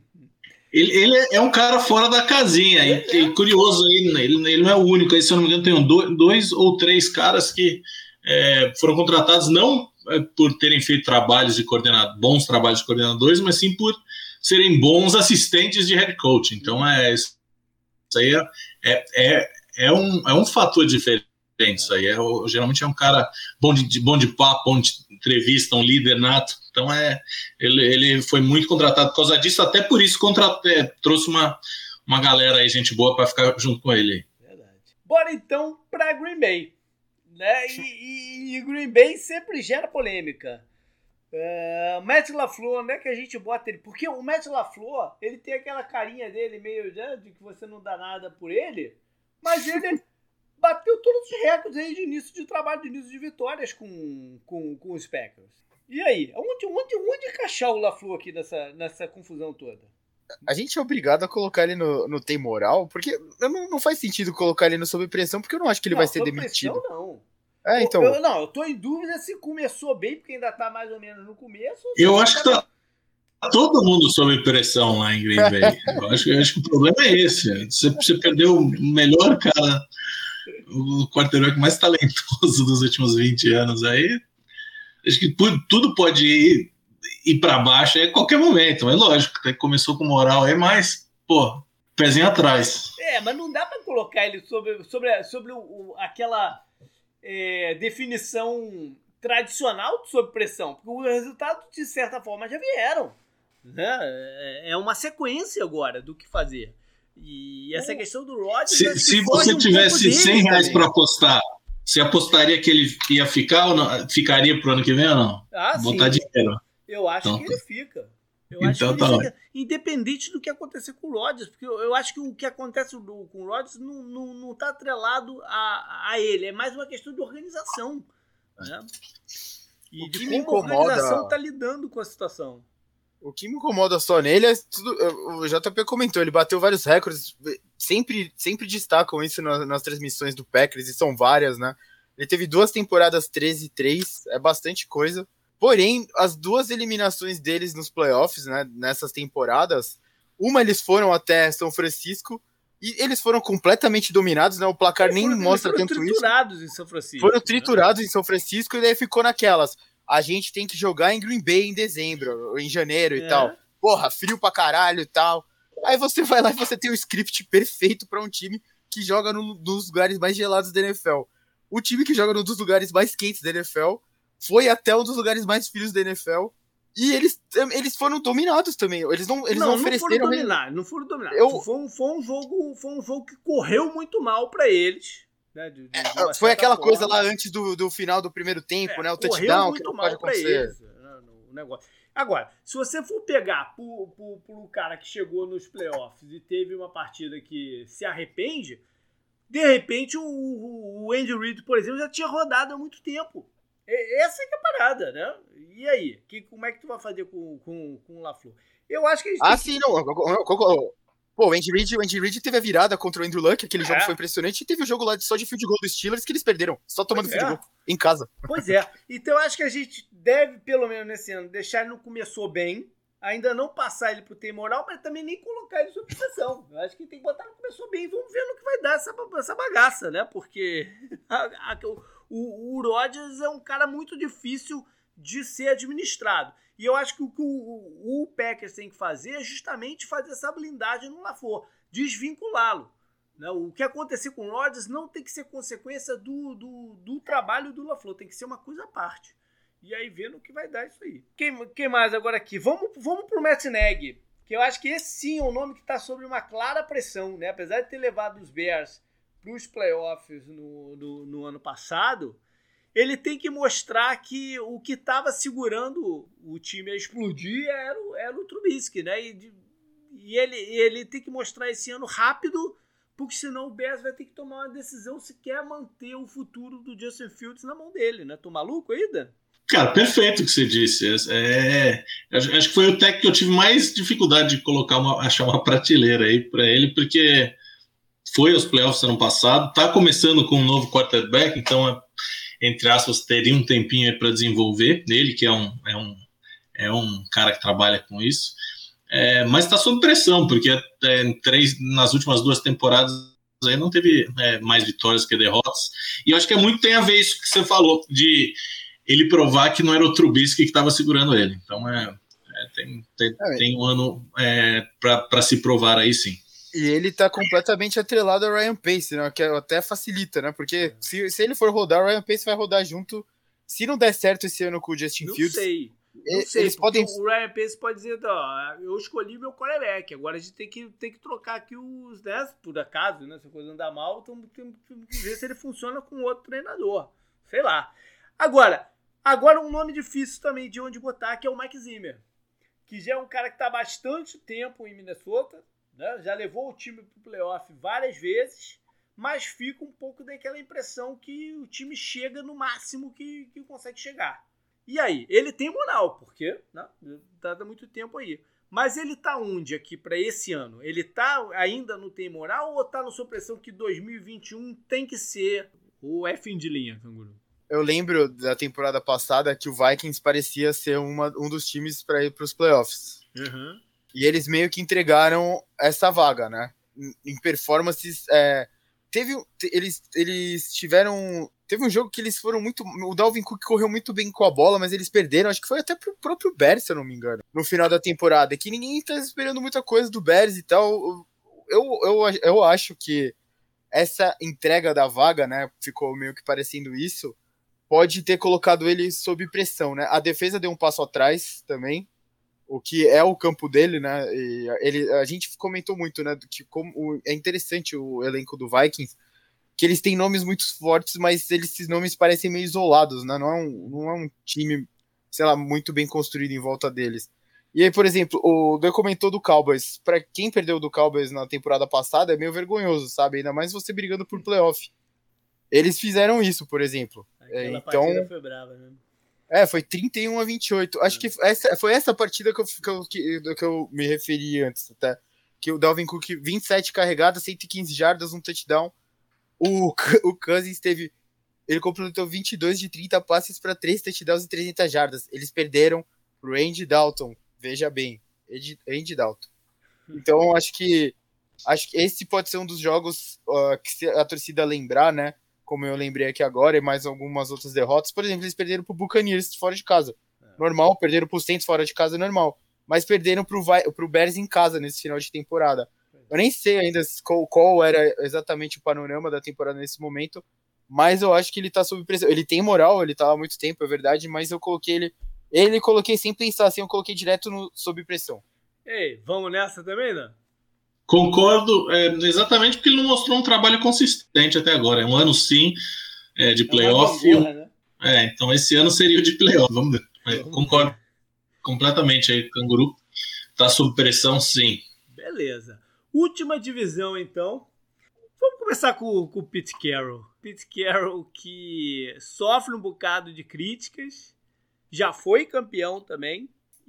Ele é um cara fora da casinha, e curioso aí, ele não é o único, aí, se eu não me engano, tem 2 ou 3 caras que foram contratados não por terem feito bons trabalhos de coordenadores, mas sim por serem bons assistentes de head coach. Então, isso aí é um fator diferente. Isso aí geralmente é um cara bom de papo, bom de entrevista, um líder nato. Então ele foi muito contratado por causa disso, até por isso trouxe uma galera aí, gente boa, para ficar junto com ele. Verdade. Bora então para Green Bay, né? E Green Bay sempre gera polêmica. Matt LaFleur, onde é que a gente bota ele? Porque o Matt LaFleur, ele tem aquela carinha dele meio de que você não dá nada por ele, mas ele bateu todos os recordes aí de início de trabalho, de início de vitórias com os Packers. E aí? Onde encaixar o LaFleur aqui nessa confusão toda? A gente é obrigado a colocar ele no tem moral, porque não faz sentido colocar ele no sob pressão, porque eu não acho que ele vai ser demitido. Pressão, não. Então. Eu tô em dúvida se começou bem, porque ainda tá mais ou menos no começo. Eu acho que tá todo mundo sob pressão lá em Green Bay. Eu acho que o problema é esse. Você perdeu o melhor cara, o quarterback mais talentoso dos últimos 20 anos aí. Acho que tudo pode ir para baixo a qualquer momento, mas lógico, que começou com moral aí, mas, pezinho atrás. Mas não dá para colocar ele sobre aquela definição tradicional de sob pressão, porque os resultados, de certa forma, já vieram. Né? É uma sequência agora do que fazer. E essa questão do Rodgers... Se você tivesse R$100 para apostar, você apostaria que ele ia ficar ou não? Ficaria pro ano que vem ou não? Botar dinheiro. Eu acho que ele fica. Acho que ele fica, independente do que acontecer com o Rodgers, porque eu acho que o que acontece com o Rodgers não está atrelado a ele. É mais uma questão de organização. Né? E o que de me como incomoda, a organização está lidando com a situação. O que me incomoda só nele é tudo. O JP comentou, ele bateu vários recordes, sempre destacam isso nas transmissões do Packers, e são várias, né? Ele teve 2 temporadas 13-3, é bastante coisa. Porém, as 2 eliminações deles nos playoffs, né, nessas temporadas, uma eles foram até São Francisco e eles foram completamente dominados, né? O placar nem mostra tanto isso. Foram triturados em São Francisco e daí ficou naquelas. A gente tem que jogar em Green Bay em dezembro, em janeiro e tal. Porra, frio pra caralho e tal. Aí você vai lá e você tem o script perfeito pra um time que joga num dos lugares mais gelados da NFL. O time que joga num dos lugares mais quentes da NFL foi até um dos lugares mais frios da NFL. E eles foram dominados também. Eles não ofereceram... Não foram dominados. Foi um jogo que correu muito mal pra eles. Né, foi aquela coisa lá antes do final do primeiro tempo, né? O touchdown, que não pode acontecer. o negócio. Agora, se você for pegar por um cara que chegou nos playoffs e teve uma partida que se arrepende, de repente o Andy Reid, por exemplo, já tinha rodado há muito tempo. Essa é que é a parada, né? E aí? Como é que tu vai fazer com o LaFleur? Eu acho que a gente sim, não. Pô, o Andy Reid teve a virada contra o Andrew Luck, aquele jogo foi impressionante, e teve o jogo lá só de field goal dos Steelers que eles perderam, só tomando field goal, em casa. Pois é. Então eu acho que a gente deve, pelo menos nesse ano, deixar ele não começou bem, ainda não passar ele pro ter moral, mas também nem colocar ele sob pressão. Eu acho que tem que botar no começou bem, vamos ver no que vai dar essa bagaça, né? Porque o Rodgers é um cara muito difícil de ser administrado. E eu acho que o que o Packers tem que fazer é justamente fazer essa blindagem no LaFleur, desvinculá-lo. Né? O que acontecer com o Rodgers não tem que ser consequência do trabalho do LaFleur, tem que ser uma coisa à parte. E aí vendo o que vai dar isso aí. Quem mais agora aqui? Vamos pro Matt Nagy, que eu acho que esse sim é um nome que está sob uma clara pressão. Né? Apesar de ter levado os Bears para os playoffs no ano passado, ele tem que mostrar que o que estava segurando o time a explodir era o Trubisky, né? E ele tem que mostrar esse ano rápido, porque senão o Bears vai ter que tomar uma decisão se quer manter o futuro do Justin Fields na mão dele, né? Tô maluco aí, Dan? Cara, perfeito o que você disse. Acho que foi o técnico que eu tive mais dificuldade de achar uma prateleira aí para ele, porque foi aos playoffs ano passado, tá começando com um novo quarterback, então entre aspas, teria um tempinho aí para desenvolver nele, que é um cara que trabalha com isso, mas está sob pressão, porque nas últimas 2 temporadas aí não teve mais vitórias que derrotas, e eu acho que muito tem a ver isso que você falou, de ele provar que não era o Trubisky que estava segurando ele, então tem um ano para se provar aí sim. E ele tá completamente atrelado ao Ryan Pace, né? Que até facilita, né? Porque se ele for rodar, o Ryan Pace vai rodar junto. Se não der certo esse ano com o Justin Fields... Não sei, eles podem... O Ryan Pace pode dizer, ó, eu escolhi meu quarterback, agora a gente tem que trocar aqui os 10, por acaso, né? Se a coisa andar mal, então tem que ver se ele funciona com outro treinador. Sei lá. Agora um nome difícil também de onde botar, que é o Mike Zimmer, que já é um cara que tá há bastante tempo em Minnesota, né? Já levou o time para o playoff várias vezes, mas fica um pouco daquela impressão que o time chega no máximo que consegue chegar. E aí? Ele tem moral, porque né, tá há muito tempo aí. Mas ele tá onde aqui para esse ano? Ele ainda não tem moral ou tá na sua pressão que 2021 tem que ser o fim de linha, Canguru? Eu lembro da temporada passada que o Vikings parecia ser um dos times para ir para os playoffs. Uhum. E eles meio que entregaram essa vaga, né? Em performances... Eles tiveram... Teve um jogo que eles foram muito... O Dalvin Cook correu muito bem com a bola, mas eles perderam. Acho que foi até pro próprio Bears, se eu não me engano. No final da temporada. Que ninguém tá esperando muita coisa do Bears e tal. Eu acho que essa entrega da vaga, né? Ficou meio que parecendo isso. Pode ter colocado ele sob pressão, né? A defesa deu um passo atrás também. O que é o campo dele, né? E a gente comentou muito, né? Que é interessante o elenco do Vikings, que eles têm nomes muito fortes, mas esses nomes parecem meio isolados, né? Não é um time, sei lá, muito bem construído em volta deles. E aí, por exemplo, o Dan comentou do Cowboys. Para quem perdeu do Cowboys na temporada passada, é meio vergonhoso, sabe? Ainda mais você brigando por playoff. Eles fizeram isso, por exemplo. Aquela partida foi brava, né? Foi 31-28. Acho que foi essa partida que eu me referi antes, até. Que o Dalvin Cook, 27 carregadas, 115 jardas, um touchdown. O Cousins ele completou 22 de 30 passes para 3 touchdowns e 300 jardas. Eles perderam pro Andy Dalton. Veja bem, Andy Dalton. Então, acho que esse pode ser um dos jogos que a torcida lembrar, né? Como eu lembrei aqui agora, e mais algumas outras derrotas. Por exemplo, eles perderam pro Buccaneers fora de casa. Normal, perderam pro Saints fora de casa, normal. Mas perderam pro Bears em casa nesse final de temporada. Eu nem sei ainda qual era exatamente o panorama da temporada nesse momento, mas eu acho que ele tá sob pressão. Ele tem moral, ele tá há muito tempo, é verdade, mas eu coloquei ele coloquei sem pensar assim, eu coloquei direto sob pressão. Ei, vamos nessa também, né? Concordo, exatamente porque ele não mostrou um trabalho consistente até agora. É um ano, sim, de playoff. Né? Então esse ano seria o de playoff, vamos ver. Concordo. completamente aí, Canguru. Tá sob pressão, sim. Beleza. Última divisão, então. Vamos começar com o Pete Carroll. Pete Carroll que sofre um bocado de críticas, já foi campeão também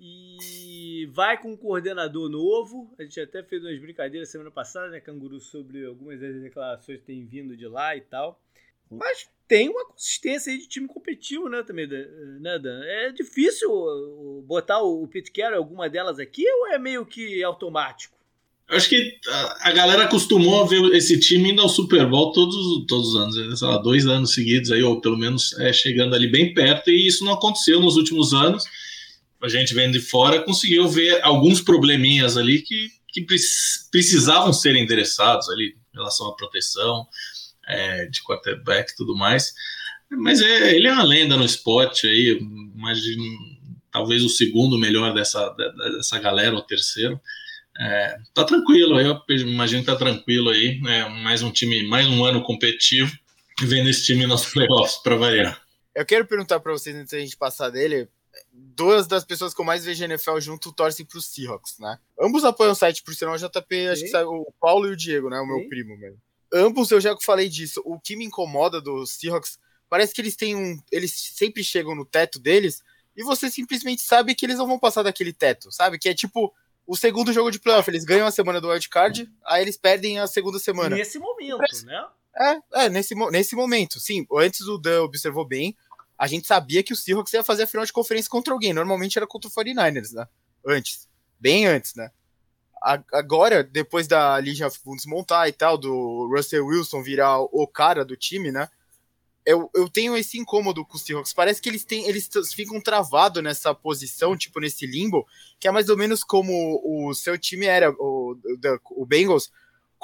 e vai com um coordenador novo. A gente até fez umas brincadeiras semana passada, né, Canguru, sobre algumas das declarações que têm vindo de lá e tal. Mas tem uma consistência aí de time competitivo, né, também, né, Dan? É difícil botar o Pete Carroll em alguma delas aqui ou é meio que automático? Eu acho que a galera acostumou a ver esse time indo ao Super Bowl todos os anos, né? Sei lá, 2 anos seguidos, aí, ou pelo menos chegando ali bem perto, e isso não aconteceu nos últimos anos. A gente vendo de fora conseguiu ver alguns probleminhas ali que precisavam ser endereçados ali em relação à proteção de quarterback e tudo mais. Mas ele é uma lenda no esporte aí, imagino, talvez o segundo melhor dessa galera, ou o terceiro. Tá tranquilo, eu imagino que tá tranquilo aí, mais um time, mais um ano competitivo, vendo esse time nos playoffs para variar. Eu quero perguntar para vocês, antes da gente passar dele, 2 das pessoas que eu mais vejo NFL junto torcem pro Seahawks, né? Ambos apoiam o site, por sinal, o JP, acho que sabe, o Paulo e o Diego, né? O meu primo mesmo. Ambos, eu já falei disso, o que me incomoda dos Seahawks, parece que eles sempre chegam no teto deles, e você simplesmente sabe que eles não vão passar daquele teto, sabe? Que é tipo o segundo jogo de playoff, eles ganham a semana do wildcard, aí eles perdem a segunda semana. Nesse momento, né? Nesse momento, sim. Antes o Dan observou bem, a gente sabia que o Seahawks ia fazer a final de conferência contra alguém, normalmente era contra o 49ers, né? Bem antes, né? Agora, depois da Legion of Boom desmontar e tal, do Russell Wilson virar o cara do time, né? Eu tenho esse incômodo com os Seahawks. Parece que eles ficam travados nessa posição, tipo, nesse limbo, que é mais ou menos como o seu time era, o Bengals,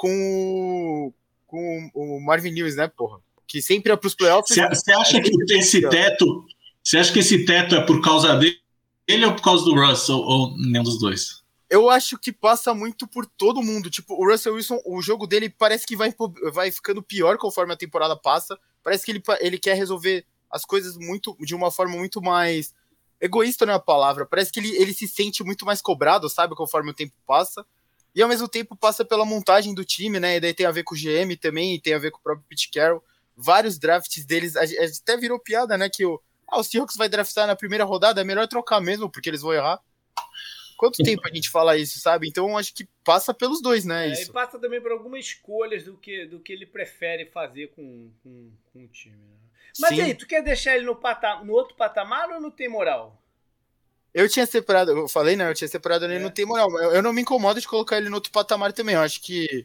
com o Marvin Lewis, né, porra? Que sempre ia pros playoffs. Você acha que esse teto é por causa dele ou por causa do Russell, ou nenhum dos dois? Eu acho que passa muito por todo mundo. Tipo, o Russell Wilson, o jogo dele parece que vai ficando pior conforme a temporada passa. Parece que ele quer resolver as coisas de uma forma muito mais egoísta, não é a palavra. Parece que ele se sente muito mais cobrado, sabe, conforme o tempo passa. E ao mesmo tempo passa pela montagem do time, né? E daí tem a ver com o GM também, e tem a ver com o próprio Pete Carroll. Vários drafts deles, até virou piada, né? Que o Seahawks vai draftar na primeira rodada, é melhor trocar mesmo, porque eles vão errar. Quanto tempo a gente fala isso, sabe? Então acho que passa pelos dois, né? Isso. E passa também por algumas escolhas do que ele prefere fazer com o time. Né? Mas sim. Aí, tu quer deixar ele no outro patamar ou não tem moral? Eu tinha separado, eu falei, né? Eu tinha separado ele, não tem moral. Eu não me incomodo de colocar ele no outro patamar também. Eu acho que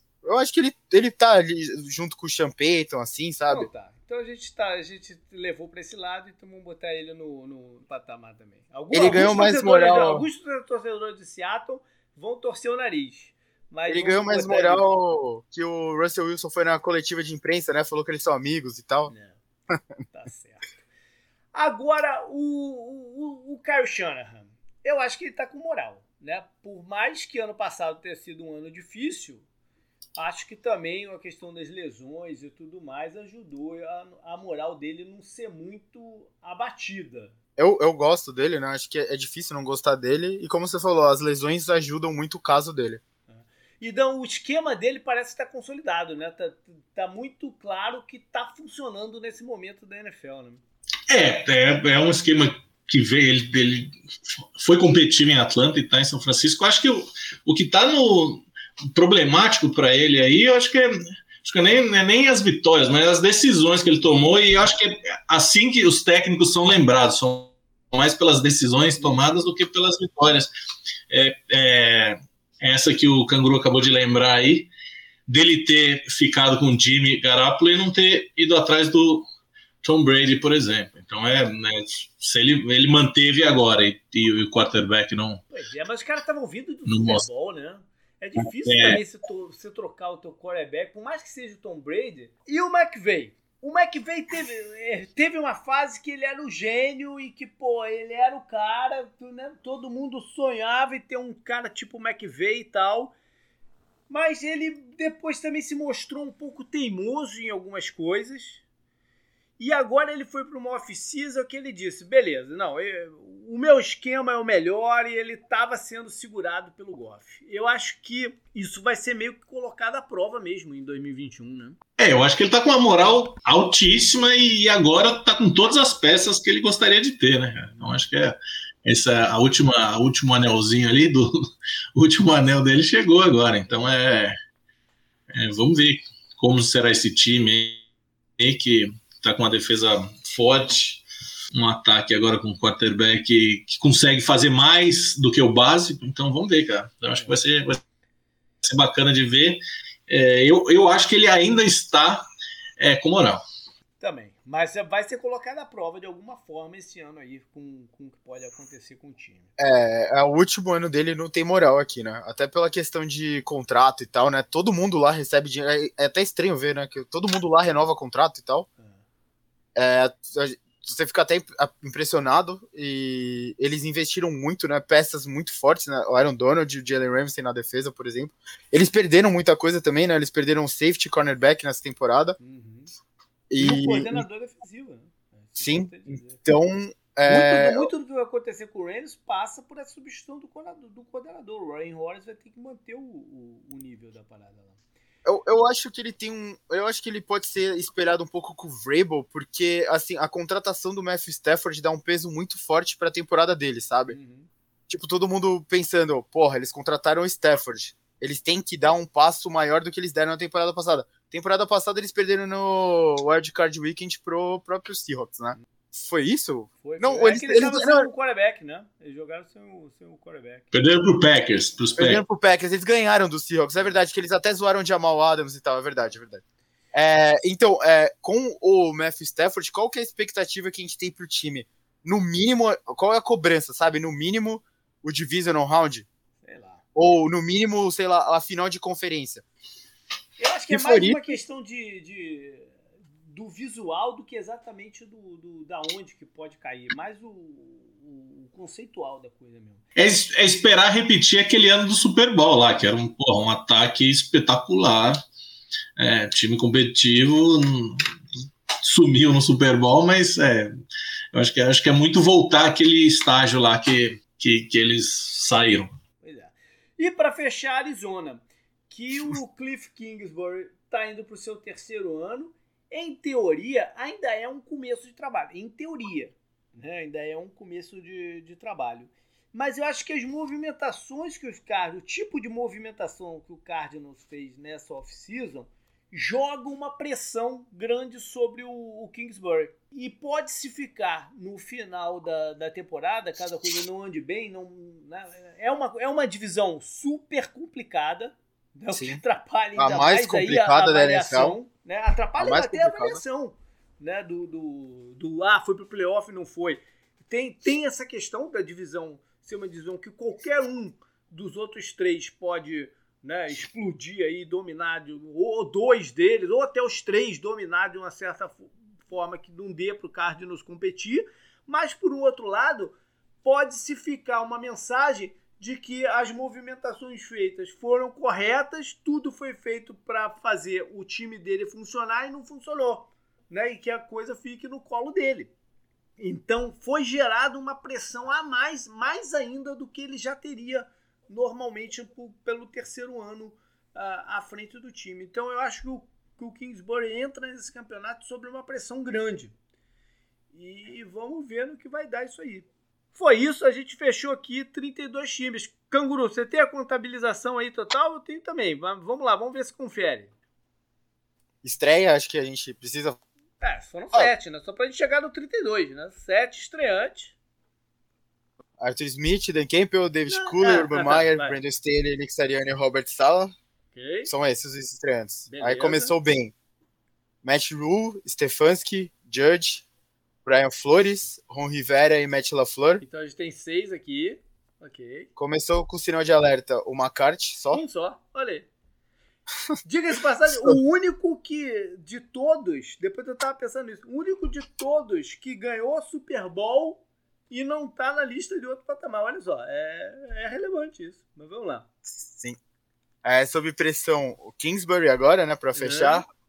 ele tá ali junto com o Sean Payton, assim, sabe? Não, tá. Então a gente levou pra esse lado, então vamos botar ele no patamar também. Ele ganhou mais moral. Alguns torcedores de Seattle vão torcer o nariz. Mas ele ganhou mais moral que o Russell Wilson foi na coletiva de imprensa, né? Falou que eles são amigos e tal. Tá certo. Agora, o Kyle Shanahan. Eu acho que ele tá com moral, né? Por mais que ano passado tenha sido um ano difícil, acho que também a questão das lesões e tudo mais ajudou a moral dele não ser muito abatida. Eu gosto dele, né? Acho que é difícil não gostar dele. E como você falou, as lesões ajudam muito o caso dele. Então o esquema dele parece estar consolidado, né? Tá muito claro que tá funcionando nesse momento da NFL, né? É um esquema que veio, ele foi competitivo em Atlanta e tá em São Francisco. Eu acho que o que tá no problemático para ele aí, eu acho que nem as vitórias, mas as decisões que ele tomou, e eu acho que é assim que os técnicos são lembrados, são mais pelas decisões tomadas do que pelas vitórias. Essa que o Canguru acabou de lembrar aí, dele ter ficado com o Jimmy Garoppolo e não ter ido atrás do Tom Brady, por exemplo. Então se ele manteve agora e o quarterback não... Pois mas os caras estavam vindo do Super Bowl, né? É difícil também você trocar o teu quarterback, por mais que seja o Tom Brady. E o McVay? O McVay teve uma fase que ele era o gênio e que, pô, ele era o cara, né? Todo mundo sonhava em ter um cara tipo o McVay e tal. Mas ele depois também se mostrou um pouco teimoso em algumas coisas. E agora ele foi para uma off-season que ele disse, beleza, não, o meu esquema é o melhor e ele estava sendo segurado pelo Goff. Eu acho que isso vai ser meio que colocado à prova mesmo em 2021, né? Eu acho que ele tá com uma moral altíssima e agora tá com todas as peças que ele gostaria de ter, né, cara? Então acho que a último anelzinho ali, o último anel dele chegou agora. Então vamos ver como será esse time aí que tá com uma defesa forte, um ataque agora com um quarterback que consegue fazer mais do que o básico. Então vamos ver, cara. Eu acho que vai ser bacana de ver. Eu acho que ele ainda está com moral. Também. Mas vai ser colocado à prova de alguma forma esse ano aí com o que pode acontecer com o time. O último ano dele não tem moral aqui, né? Até pela questão de contrato e tal, né? Todo mundo lá recebe dinheiro. É até estranho ver, né? Que todo mundo lá renova contrato e tal. Você fica até impressionado. E eles investiram muito, né? Peças muito fortes, né? O Aaron Donald e o Jalen Ramsey na defesa, por exemplo. Eles perderam muita coisa também, né? Eles perderam um safety cornerback nessa temporada. Uhum. E o coordenador defensivo, né? Sim, então... Muito do que vai acontecer com o Rams passa por essa substituição do coordenador. O Ryan Horace vai ter que manter o nível da parada lá. Eu acho que ele eu acho que ele pode ser esperado um pouco com o Vrabel, porque assim, a contratação do Matthew Stafford dá um peso muito forte pra temporada dele, sabe? Uhum. Tipo, todo mundo pensando, porra, eles contrataram o Stafford. Eles têm que dar um passo maior do que eles deram na temporada passada. Temporada passada eles perderam no Wild Card Weekend pro próprio Seahawks, né? Foi isso? Foi. Não, eles estavam sem o quarterback, né? Eles jogaram sem o quarterback. Perderam pro Packers. Perderam pro Packers. Eles ganharam do Seahawks. É verdade que eles até zoaram de Jamal Adams e tal. É verdade. Então, com o Matthew Stafford, qual que é a expectativa que a gente tem pro time? No mínimo, qual é a cobrança, sabe? No mínimo, o Divisional Round? Sei lá. Ou, no mínimo, sei lá, a final de conferência. Eu acho que é mais uma questão do visual do que exatamente da onde que pode cair. Mais o conceitual da coisa mesmo. É esperar repetir aquele ano do Super Bowl lá, que era um ataque espetacular. Time competitivo sumiu no Super Bowl, mas eu acho que é muito voltar aquele estágio lá que eles saíram. Pois é. E para fechar, Arizona, que o Cliff Kingsbury está indo para o seu terceiro ano. Em teoria, ainda é um começo de trabalho. Em teoria, né? Ainda é um começo de trabalho. Mas eu acho que as movimentações que o tipo de movimentação que o Cardinals fez nessa off-season joga uma pressão grande sobre o Kingsbury. E pode-se ficar no final da temporada, caso a coisa não ande bem, né? É uma divisão super complicada, né? O que atrapalha ainda mais complicada aí a avaliação, né? Atrapalha até a avaliação, né? Foi pro playoff e não foi. Tem essa questão da divisão ser uma divisão que qualquer um dos outros três pode, né, explodir aí, dominar, ou dois deles, ou até os três dominar de uma certa forma que não dê para o Cardinals competir, mas por um outro lado, pode-se ficar uma mensagem de que as movimentações feitas foram corretas, tudo foi feito para fazer o time dele funcionar e não funcionou, né, e que a coisa fique no colo dele. Então foi gerada uma pressão a mais ainda do que ele já teria normalmente pelo terceiro ano à frente do time. Então eu acho que o Kingsbury entra nesse campeonato sob uma pressão grande. E vamos ver no que vai dar isso aí. Foi isso, a gente fechou aqui 32 times. Canguru, você tem a contabilização aí total? Eu tenho também. Vamos lá, vamos ver se confere. Estreia, acho que a gente precisa... foram 7, né? Só pra gente chegar no 32, né? 7 estreantes. Arthur Smith, Dan Campbell, David Cooler, Urban Meyer, Brandon Staley, Nick Sirianni e Robert Saleh. Okay. São esses os estreantes. Beleza. Aí começou bem. Matt Rhule, Stefanski, Judge, Brian Flores, Ron Rivera e Matt LaFleur. Então a gente tem 6 aqui. Ok. Começou com o sinal de alerta o McCarthy, só. Um só, olha aí. Diga-se passagem, o único que de todos, depois eu tava pensando nisso, o único de todos que ganhou Super Bowl e não tá na lista de outro patamar. Olha só, é relevante isso. Mas vamos lá. Sim. Sob pressão, o Kingsbury agora, né, pra fechar.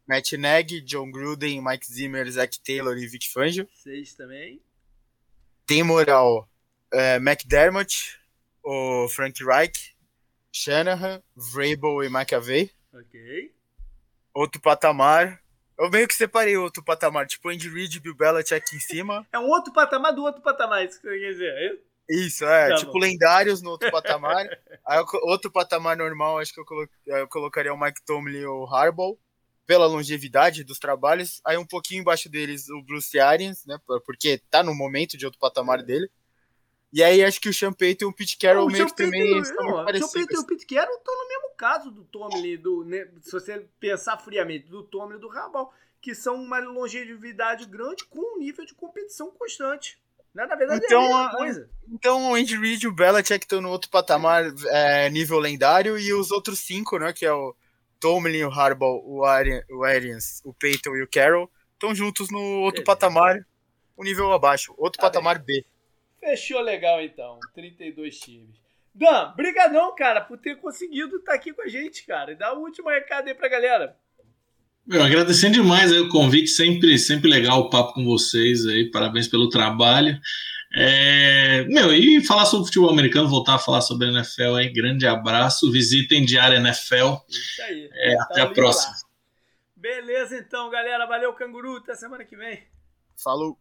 Matt Nagy, John Gruden, Mike Zimmer, Zach Taylor e Vic Fangio. 6 também. Tem moral McDermott, o Frank Reich, Shanahan, Vrabel e McAvey. Ok. Outro patamar. Eu meio que separei outro patamar, tipo Andy Reid e Bill Belichick em cima. É um outro patamar do outro patamar, isso que você quer dizer. Isso, Tá tipo bom. lendários no outro patamar. Aí outro patamar normal, acho que eu colocaria o Mike Tomlin e o Harbaugh, pela longevidade dos trabalhos. Aí um pouquinho embaixo deles o Bruce Arians, né, porque tá no momento de outro patamar dele. E aí acho que o Sean Payton e o Pete Carroll meio que também são muito O Sean parecidos. Payton e o Pete Carroll estão no mesmo caso do Tomlin, se você pensar friamente, do Tomlin e do Harbaugh, que são uma longevidade grande com um nível de competição constante. Na verdade, é a mesma coisa. Então o Andy Reid e o Belichick estão no outro patamar, nível lendário, e os outros 5, né, que é o Tomlin, o Harbaugh, o Arians, o Payton e o Carroll, estão juntos no outro patamar, um nível abaixo, outro patamar B. Fechou legal, então. 32 times. Dan, brigadão, cara, por ter conseguido estar aqui com a gente, cara. E dá o último recado aí pra galera. Agradecendo demais aí o convite, sempre legal o papo com vocês aí, parabéns pelo trabalho. E falar sobre futebol americano, voltar a falar sobre a NFL aí, grande abraço, visitem Diário NFL. Isso aí. Até a próxima. Beleza, então, galera. Valeu, Canguru. Até semana que vem. Falou.